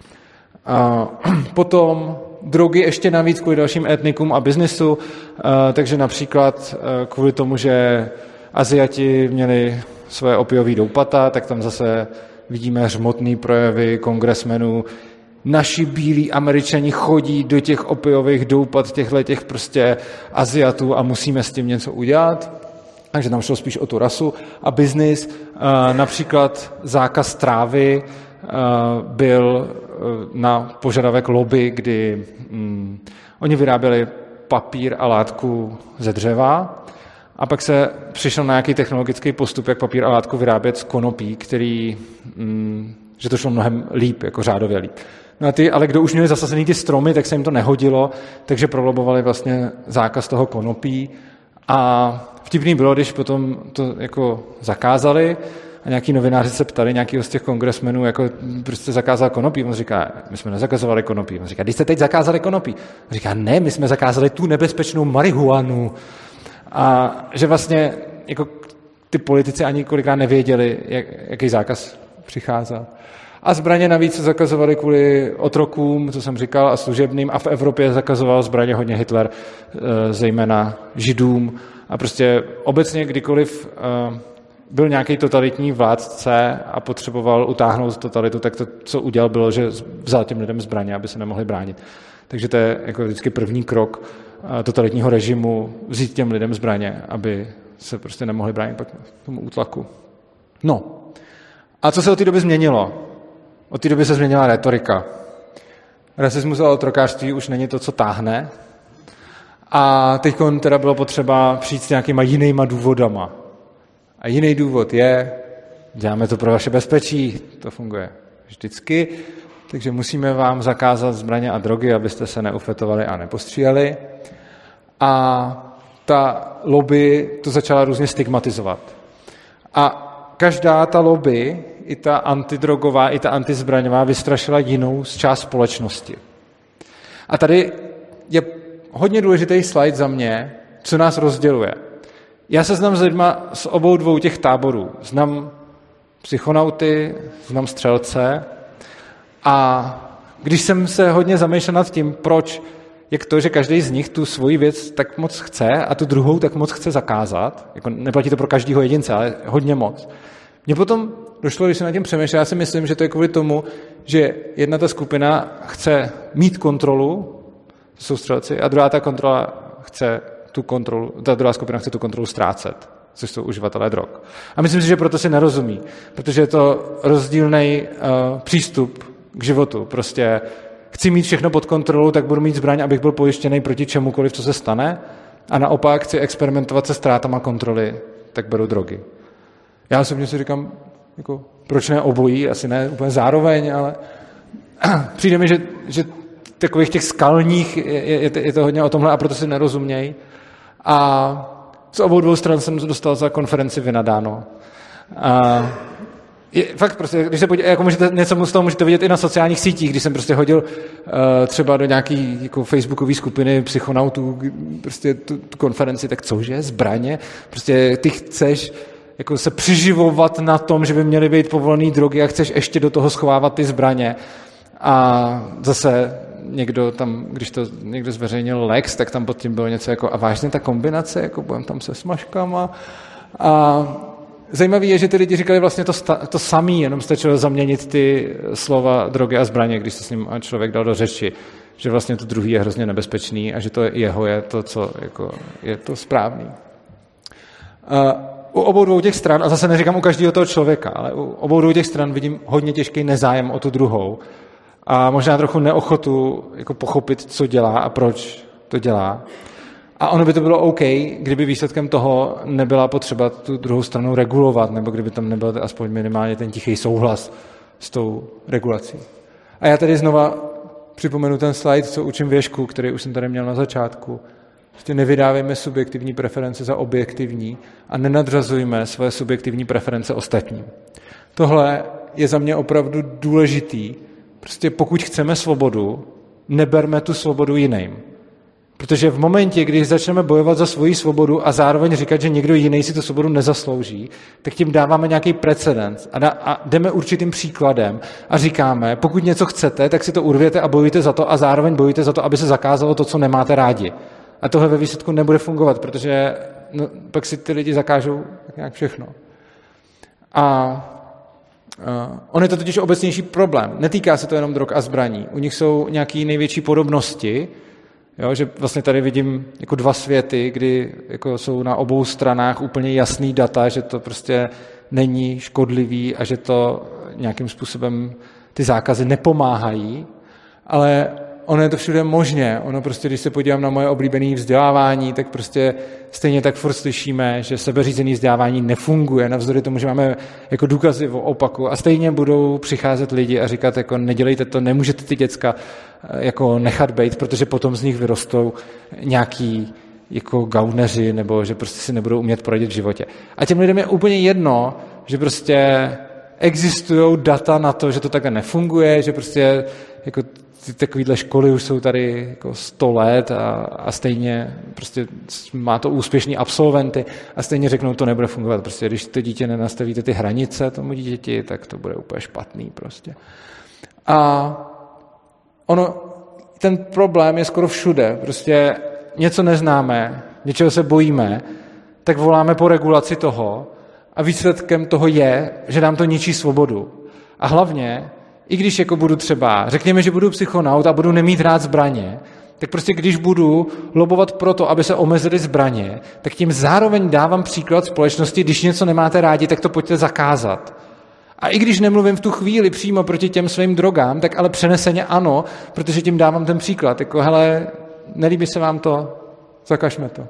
Potom drogy ještě navíc kvůli dalším etnikům a biznisu, takže například kvůli tomu, že Aziati měli svoje opiový doupata, tak tam zase vidíme hřmotný projevy kongresmenů. Naši bílí Američani chodí do těch opiových doupat těchhletěch prostě Aziatů a musíme s tím něco udělat. Takže tam šlo spíš o tu rasu a biznis. Například zákaz trávy byl na požadavek lobby, kdy mm, oni vyráběli papír a látku ze dřeva a pak se přišel na nějaký technologický postup, jak papír a látku vyrábět z konopí, který, mm, že to šlo mnohem líp, jako řádově líp. No a ty, ale kdo už měli zasazený ty stromy, tak se jim to nehodilo, takže prolobovali vlastně zákaz toho konopí. A vtipný bylo, když potom to jako zakázali a nějaký novináři se ptali nějakého z těch kongresmenů, jako prostě zakázal konopí. On říká, my jsme nezakazovali konopí. On říká, když jste teď zakázali konopí. On říká, ne, my jsme zakázali tu nebezpečnou marihuanu. A že vlastně jako ty politici ani kolikrát nevěděli, jak, jaký zákaz přicházel. A zbraně navíc se zakazovaly kvůli otrokům, co jsem říkal, a služebným. A v Evropě zakazoval zbraně hodně Hitler, zejména Židům. A prostě obecně kdykoliv byl nějaký totalitní vládce a potřeboval utáhnout totalitu, tak to, co udělal, bylo, že vzal těm lidem zbraně, aby se nemohli bránit. Takže to je jako vždycky první krok totalitního režimu, vzít těm lidem zbraně, aby se prostě nemohli bránit pak tomu útlaku. No. A co se od té doby změnilo? Od té doby se změnila retorika. Rasismus a otrokářství už není to, co táhne. A teď teda bylo potřeba přijít s nějakýma jinýma důvodama. A jiný důvod je, děláme to pro vaše bezpečí, to funguje vždycky, takže musíme vám zakázat zbraně a drogy, abyste se neufetovali a nepostříhali. A ta lobby to začala různě stigmatizovat. A každá ta lobby i ta antidrogová, i ta antizbraňová vystrašila jinou z část společnosti. A tady je hodně důležitý slide za mě, co nás rozděluje. Já se znám s lidma z obou dvou těch táborů. Znám psychonauty, znám střelce a když jsem se hodně zamýšlel nad tím, proč, jak to, že každý z nich tu svoji věc tak moc chce a tu druhou tak moc chce zakázat, jako neplatí to pro každého jedince, ale hodně moc. Mně potom došlo, když jsem nad tím přemýšlel, já si myslím, že to je kvůli tomu, že jedna ta skupina chce mít kontrolu, to jsou střelci, a druhá ta kontrola chce tu kontrolu, ta druhá skupina chce tu kontrolu ztrácet, což jsou uživatelé drog. A myslím si, že proto si nerozumí, protože je to rozdílný uh, přístup k životu. Prostě chci mít všechno pod kontrolou, tak budu mít zbraň, abych byl pojištěný proti čemukoliv, co se stane, a naopak chci experimentovat se ztrátama kontroly, tak beru drogy. Já osobně si říkám, jako, proč ne obojí, asi ne úplně zároveň, ale přijde mi, že, že takových těch skalních je, je, je to hodně o tomhle a proto si nerozumějí. A z obou dvou stran jsem dostal za konferenci vynadáno. A je, fakt prostě, když se podívá, jako můžete, něco z toho můžete vidět i na sociálních sítích, když jsem prostě hodil uh, třeba do nějaký jako facebookové skupiny psychonautů, prostě tu, tu konferenci, tak cože, zbraně? Prostě ty chceš jako se přiživovat na tom, že by měly být povolené drogy a chceš ještě do toho schovávat ty zbraně. A zase někdo tam, když to někdo zveřejnil Lex, tak tam pod tím bylo něco jako, a vážně ta kombinace, jako budem tam se smažkama. A zajímavé je, že ty lidi říkali vlastně to, to samý, jenom stačilo zaměnit ty slova drogy a zbraně, když se s ním člověk dal do řeči, že vlastně to druhý je hrozně nebezpečný a že to jeho je to, co jako, je to správný. A u obou dvou těch stran, a zase neříkám u každého toho člověka, ale u obou dvou těch stran vidím hodně těžký nezájem o tu druhou a možná trochu neochotu jako pochopit, co dělá a proč to dělá. A ono by to bylo OK, kdyby výsledkem toho nebyla potřeba tu druhou stranu regulovat, nebo kdyby tam nebyl aspoň minimálně ten tichý souhlas s tou regulací. A já tady znova připomenu ten slide, co učím věšku, který už jsem tady měl na začátku. Prostě nevydávejme subjektivní preference za objektivní a nenadřazujme své subjektivní preference ostatním. Tohle je za mě opravdu důležitý. Prostě pokud chceme svobodu, neberme tu svobodu jiným. Protože v momentě, když začneme bojovat za svoji svobodu a zároveň říkat, že někdo jiný si tu svobodu nezaslouží, tak tím dáváme nějaký precedens a, a jdeme určitým příkladem a říkáme, pokud něco chcete, tak si to urvěte a bojujte za to a zároveň bojujte za to, aby se zakázalo to, co nemáte rádi. A tohle ve výsledku nebude fungovat, protože no, pak si ty lidi zakážou tak nějak všechno. A uh, on je to totiž obecnější problém. Netýká se to jenom drog a zbraní. U nich jsou nějaké největší podobnosti, jo, že vlastně tady vidím jako dva světy, kdy jako jsou na obou stranách úplně jasný data, že to prostě není škodlivý a že to nějakým způsobem ty zákazy nepomáhají, ale ono je to všude možně. Ono prostě, když se podívám na moje oblíbené vzdělávání, tak prostě stejně tak furt slyšíme, že sebeřízené vzdělávání nefunguje, navzdory tomu, že máme jako důkazy o opaku a stejně budou přicházet lidi a říkat, jako nedělejte to, nemůžete ty děcka jako nechat bejt, protože potom z nich vyrostou nějaký jako gauneři, nebo že prostě si nebudou umět poradit v životě. A těm lidem je úplně jedno, že prostě existují data na to, že to takhle nefunguje, že prostě jako takovýhle školy už jsou tady jako sto let a, a stejně prostě má to úspěšní absolventy a stejně řeknou, to nebude fungovat. Prostě když to dítě nenastavíte ty hranice tomu dítěti, tak to bude úplně špatný prostě. A ono, ten problém je skoro všude. Prostě něco neznáme, něčeho se bojíme, tak voláme po regulaci toho a výsledkem toho je, že nám to ničí svobodu. A hlavně i když jako budu třeba, řekněme, že budu psychonaut a budu nemít rád zbraně, tak prostě když budu lobovat proto, aby se omezily zbraně, tak tím zároveň dávám příklad společnosti, když něco nemáte rádi, tak to pojďte zakázat. A i když nemluvím v tu chvíli přímo proti těm svým drogám, tak ale přeneseně ano, protože tím dávám ten příklad. Jako, hele, nelíbí se vám to, zakažme to.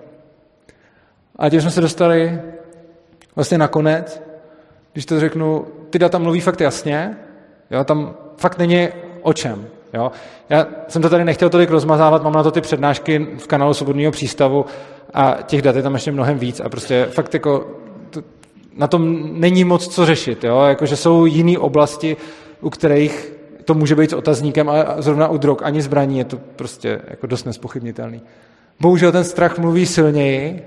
A tím jsme se dostali vlastně nakonec, když to řeknu, ty data mluví fakt jasně, jo, tam fakt není o čem. Jo. Já jsem to tady nechtěl tolik rozmazávat, mám na to ty přednášky v kanálu Svobodného přístavu a těch dat je tam ještě mnohem víc a prostě fakt jako to, na tom není moc co řešit. Jo? Jakože jsou jiné oblasti, u kterých to může být s otazníkem, ale zrovna u drog ani zbraní je to prostě jako dost nespochybnitelný. Bohužel ten strach mluví silněji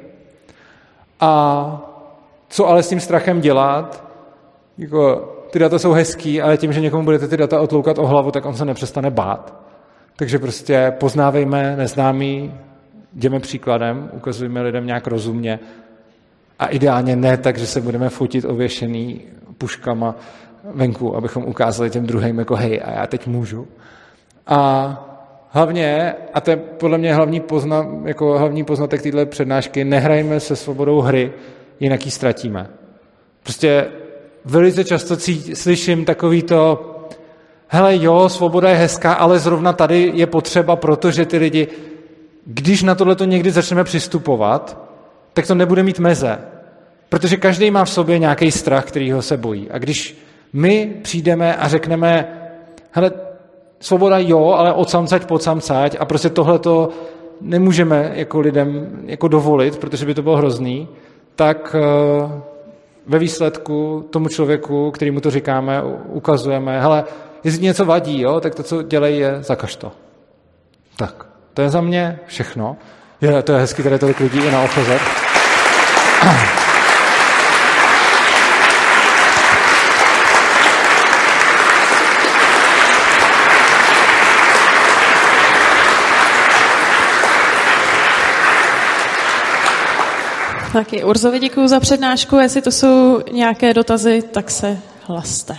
a co ale s tím strachem dělat? Jako, ty data jsou hezký, ale tím, že někomu budete ty data otloukat o hlavu, tak on se nepřestane bát. Takže prostě poznávejme neznámý, jdeme příkladem, ukazujeme lidem nějak rozumně a ideálně ne tak, že se budeme fotit ověšený puškama venku, abychom ukázali těm druhým jako hej, a já teď můžu. A hlavně, a to je podle mě hlavní, pozna, jako hlavní poznatek téhle přednášky, nehrajme se svobodou hry, jinak ji ztratíme. Prostě velice často cí, slyším takový to, hele jo, svoboda je hezká, ale zrovna tady je potřeba, protože ty lidi, když na tohleto někdy začneme přistupovat, tak to nebude mít meze. Protože každý má v sobě nějaký strach, kterýho se bojí. A když my přijdeme a řekneme, hele, svoboda jo, ale od samcať po samcať a prostě tohleto nemůžeme jako lidem jako dovolit, protože by to bylo hrozný, tak ve výsledku tomu člověku, kterýmu to říkáme, ukazujeme, hele, jestli něco vadí, jo, tak to, co dělej, je zakaž to. Tak, to je za mě všechno. Je, to je hezky, tady tolik lidí i na O F Z. Taky Urzovi děkuju za přednášku. Jestli to jsou nějaké dotazy, tak se hlaste.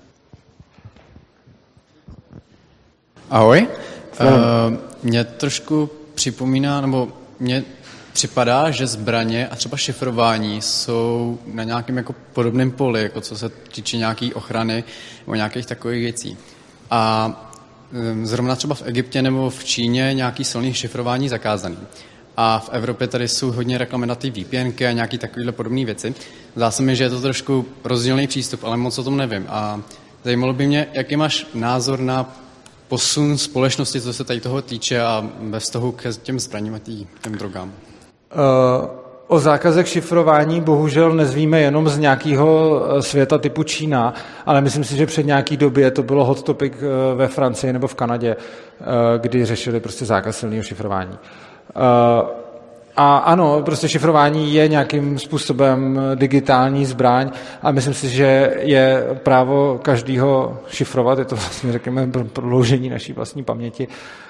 Ahoj. Uh, mě trošku připomíná, nebo mně připadá, že zbraně a třeba šifrování jsou na nějakém jako podobném poli, jako co se týče nějaké ochrany nebo nějakých takových věcí. A um, zrovna třeba v Egyptě nebo v Číně nějaký silný šifrování zakázaný. A v Evropě tady jsou hodně reklamy na ty V P N ky a nějaké takovéhle podobné věci. Zdá se mi, že je to trošku rozdílný přístup, ale moc o tom nevím. A zajímalo by mě, jaký máš názor na posun společnosti, co se tady toho týče a ve vztahu k těm zbraním a těm drogám. Uh, o zákazech šifrování bohužel nezvíme jenom z nějakého světa typu Čína, ale myslím si, že před nějaký době to bylo hot topic ve Francii nebo v Kanadě, kdy řešili prostě zákaz silného šifrování. Uh, a ano, prostě šifrování je nějakým způsobem digitální zbraň a myslím si, že je právo každého šifrovat, je to vlastně, řekněme, prodloužení naší vlastní paměti.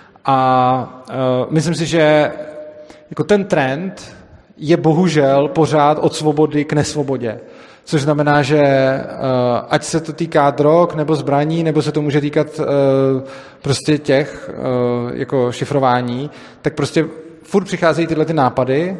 A uh, myslím si, že jako ten trend je bohužel pořád od svobody k nesvobodě. Což znamená, že uh, ať se to týká drog nebo zbraní, nebo se to může týkat uh, prostě těch uh, jako šifrování, tak prostě furt přicházejí tyhle ty nápady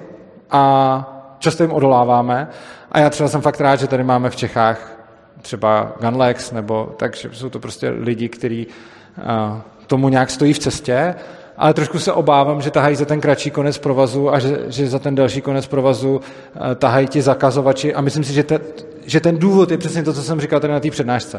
a často jim odoláváme. A já třeba jsem fakt rád, že tady máme v Čechách třeba Gunlex, nebo takže jsou to prostě lidi, kteří uh, tomu nějak stojí v cestě, ale trošku se obávám, že tahají za ten kratší konec provazu a že, že za ten delší konec provazu uh, tahají ti zakazovači a myslím si, že, te, že ten důvod je přesně to, co jsem říkal tady na té přednášce.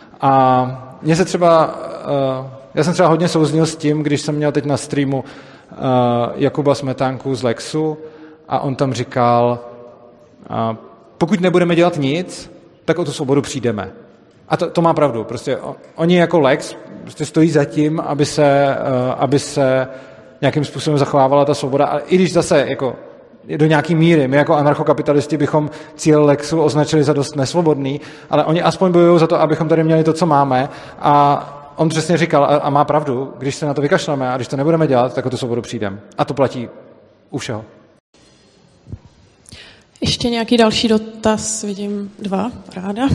A mně se třeba, uh, já jsem třeba hodně souznil s tím, když jsem měl teď na streamu uh, Jakuba Smetánku z Lexu a on tam říkal, uh, pokud nebudeme dělat nic, tak o tu svobodu přijdeme. A to, to má pravdu. Prostě oni jako Lex prostě stojí za tím, aby se, uh, aby se nějakým způsobem zachovávala ta svoboda. A i když zase jako do nějaký míry, my jako anarchokapitalisti bychom cíl Lexu označili za dost nesvobodný, ale oni aspoň bojují za to, abychom tady měli to, co máme. A on přesně říkal, a, a má pravdu, když se na to vykašleme a když to nebudeme dělat, tak o tu svobodu přijdeme. A to platí u všeho. Ještě nějaký další dotaz? Vidím dva. Ráda.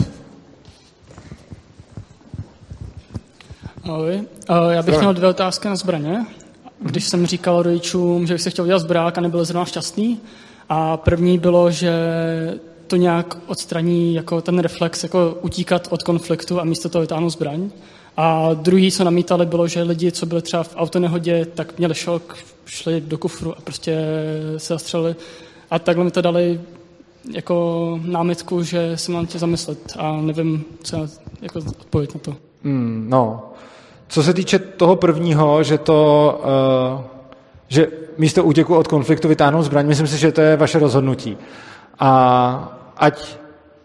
Ahoj. Já bych měl dvě otázky na zbraně. Když jsem říkal rodičům, že bych se chtěl udělat zbrák a nebyl zrovna šťastný. A první bylo, že to nějak odstraní jako ten reflex, jako utíkat od konfliktu a místo toho vytáhnout zbraň. A druhý, co namítali, bylo, že lidi, co byli třeba v autonehodě, tak měli šok, šli do kufru a prostě se zastřelili. A takhle mi to dali jako námitku, že se mám tě zamyslet a nevím, co jako odpověď na to. Mm, no, co se týče toho prvního, že to, uh, že místo útěku od konfliktu vytáhnout zbraň, myslím si, že to je vaše rozhodnutí. A ať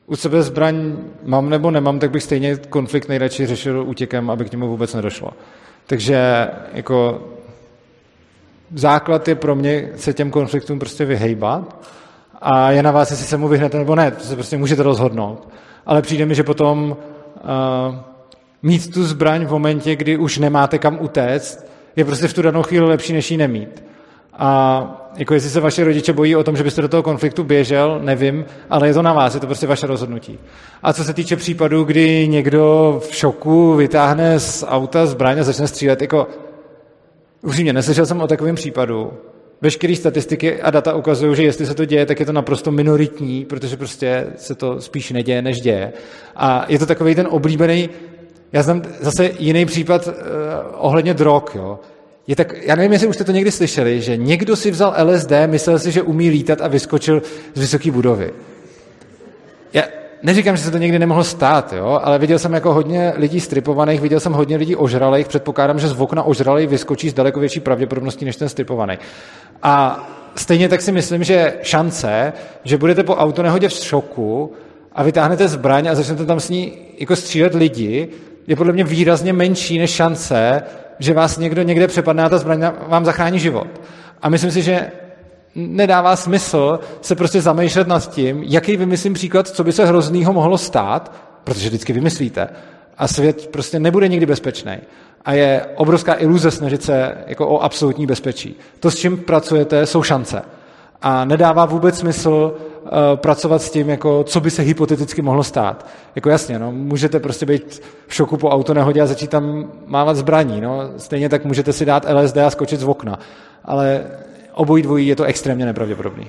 u sebe zbraň mám nebo nemám, tak bych stejně konflikt nejradši řešil útěkem, aby k němu vůbec nedošlo. Takže jako základ je pro mě se těm konfliktům prostě vyhejbat a je na vás, jestli se mu vyhnete nebo ne, to se prostě můžete rozhodnout. Ale přijde mi, že potom uh, mít tu zbraň v momentě, kdy už nemáte kam utéct, je prostě v tu danou chvíli lepší, než ji nemít. A jako jestli se vaše rodiče bojí o tom, že byste do toho konfliktu běžel, nevím, ale je to na vás, je to prostě vaše rozhodnutí. A co se týče případů, kdy někdo v šoku vytáhne z auta zbraň a začne střílet, jako upřímně, neslyšel jsem o takovém případu. Veškeré statistiky a data ukazují, že jestli se to děje, tak je to naprosto minoritní, protože prostě se to spíš neděje, než děje. A je to takový ten oblíbený, já znám zase jiný případ uh, ohledně drog, jo. Je tak, já nevím, jestli už jste to někdy slyšeli, že někdo si vzal L S D, myslel si, že umí lítat a vyskočil z vysoké budovy. Já neříkám, že se to někdy nemohlo stát, jo, ale viděl jsem jako hodně lidí stripovaných, viděl jsem hodně lidí ožralých, předpokládám, že z okna ožralej vyskočí s daleko větší pravděpodobností než ten stripovaný. A stejně tak si myslím, že šance, že budete po autonehodě v šoku a vytáhnete zbraň a začnete tam s ní jako střílet lidi, je podle mě výrazně menší než šance, že vás někdo někde přepadne a ta zbraň vám zachrání život. A myslím si, že nedává smysl se prostě zamýšlet nad tím, jaký vymyslím příklad, co by se hroznýho mohlo stát, protože vždycky vymyslíte. A svět prostě nebude nikdy bezpečný. A je obrovská iluze snažit se jako o absolutní bezpečí. To, s čím pracujete, jsou šance. A nedává vůbec smysl uh, pracovat s tím, jako, co by se hypoteticky mohlo stát. Jako jasně, no, můžete prostě být v šoku po autonehodě a začít tam mávat zbraní. No. Stejně tak můžete si dát L S D a skočit z okna. Ale obojí dvojí je to extrémně nepravděpodobný.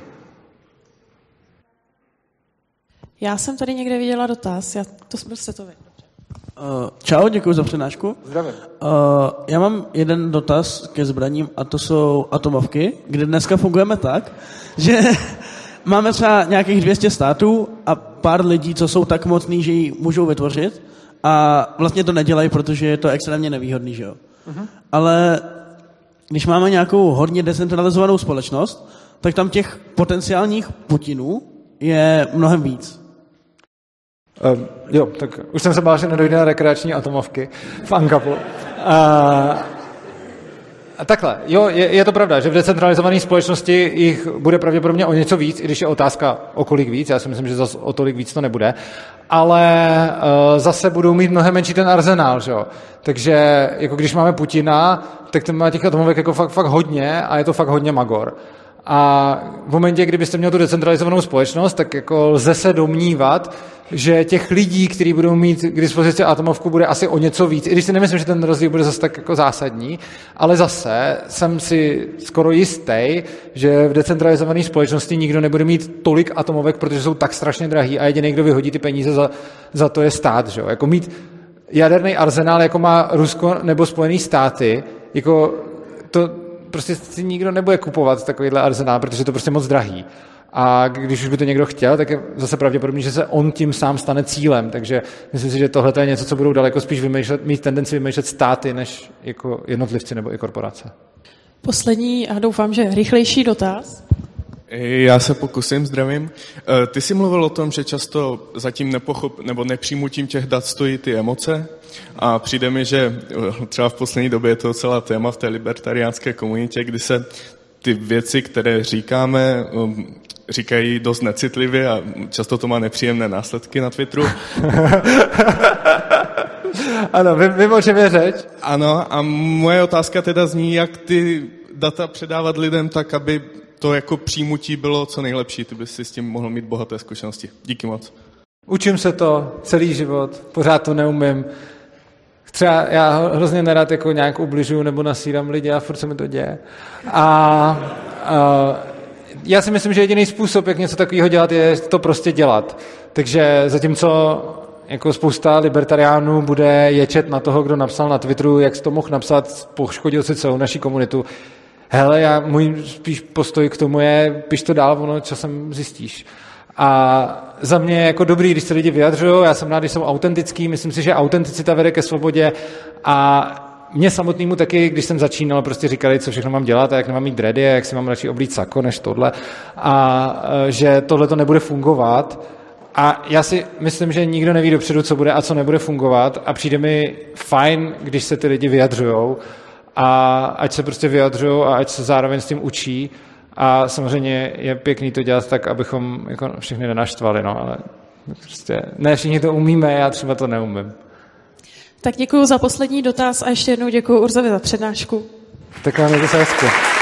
Já jsem tady někde viděla dotaz, já to prostě to vím. Uh, čau, děkuji za přednášku. Zdravím. Uh, já mám jeden dotaz ke zbraním a to jsou atomovky, kde dneska fungujeme tak, že máme třeba nějakých dvě stě států a pár lidí, co jsou tak mocní, že ji můžou vytvořit a vlastně to nedělají, protože je to extrémně nevýhodný, že jo. Uh-huh. Ale když máme nějakou hodně decentralizovanou společnost, tak tam těch potenciálních Putinů je mnohem víc. Um, jo, tak už jsem se bál, že nedojde na rekreační atomovky v Ankapu. A, a takhle, jo, je, je to pravda, že v decentralizované společnosti jich bude pravděpodobně o něco víc, i když je otázka o kolik víc, já si myslím, že zase o tolik víc to nebude, ale uh, zase budou mít mnohem menší ten arzenál, že jo. Takže jako když máme Putina, tak ten má těch atomovek jako fakt, fakt hodně a je to fakt hodně magor. A v momentě, kdybyste měl tu decentralizovanou společnost, tak jako lze se domnívat, že těch lidí, kteří budou mít k dispozici atomovku, bude asi o něco víc. I když si nemyslím, že ten rozdíl bude zase tak jako zásadní, ale zase jsem si skoro jistý, že v decentralizované společnosti nikdo nebude mít tolik atomovek, protože jsou tak strašně drahý a jediný, kdo vyhodí ty peníze za, za to, je stát. Že? Jako mít jaderný arzenál, jako má Rusko nebo Spojené státy, jako to prostě si nikdo nebude kupovat takovýhle arzenál, protože je to prostě moc drahý. A když už by to někdo chtěl, tak je zase pravděpodobný, že se on tím sám stane cílem. Takže myslím si, že tohle je něco, co budou daleko spíš vymýšlet, mít tendenci vymýšlet státy, než jako jednotlivci nebo i korporace. Poslední a doufám, že rychlejší dotaz. Já se pokusím, zdravím. Ty jsi mluvil o tom, že často zatím nepochop, nebo nepřijmutím těch dat stojí ty emoce a přijde mi, že třeba v poslední době je to celá téma v té libertariánské komunitě, kdy se ty věci, které říkáme, říkají dost necitlivě a často to má nepříjemné následky na Twitteru. Ano, vím, vím, o čem je řeč. Ano, a moje otázka teda zní, jak ty data předávat lidem tak, aby to jako přijmutí bylo co nejlepší. Ty bys si s tím mohl mít bohaté zkušenosti. Díky moc. Učím se to celý život, pořád to neumím. Třeba já hrozně nerad jako nějak ubližuju nebo nasírám lidi a furt se mi to děje. A, a já si myslím, že jediný způsob, jak něco takového dělat, je to prostě dělat. Takže zatímco jako spousta libertariánů bude ječet na toho, kdo napsal na Twitteru, jak jsi to mohl napsat, poškodil si celou naši komunitu. Hele, já, můj spíš postoj k tomu je, piš to dál, ono časem zjistíš. A za mě je jako dobrý, když se lidi vyjadřují, já jsem rád, když jsou autentický, myslím si, že autenticita vede ke svobodě a mě samotnému taky, když jsem začínal, prostě říkali, co všechno mám dělat a jak nemám mít dready, jak si mám radši oblít sako než tohle a že tohle to nebude fungovat. A já si myslím, že nikdo neví dopředu, co bude a co nebude fungovat a přijde mi fajn, když se ty lidi vyjadřujou a ať se prostě vyjadřujou a ať se zároveň s tím učí a samozřejmě je pěkný to dělat tak, abychom jako všechny nenaštvali, no, ale prostě ne všichni to umíme, já třeba to neumím. Tak děkuji za poslední dotaz a ještě jednou děkuji Urzovi za přednášku. Tak vám mějte se hezky.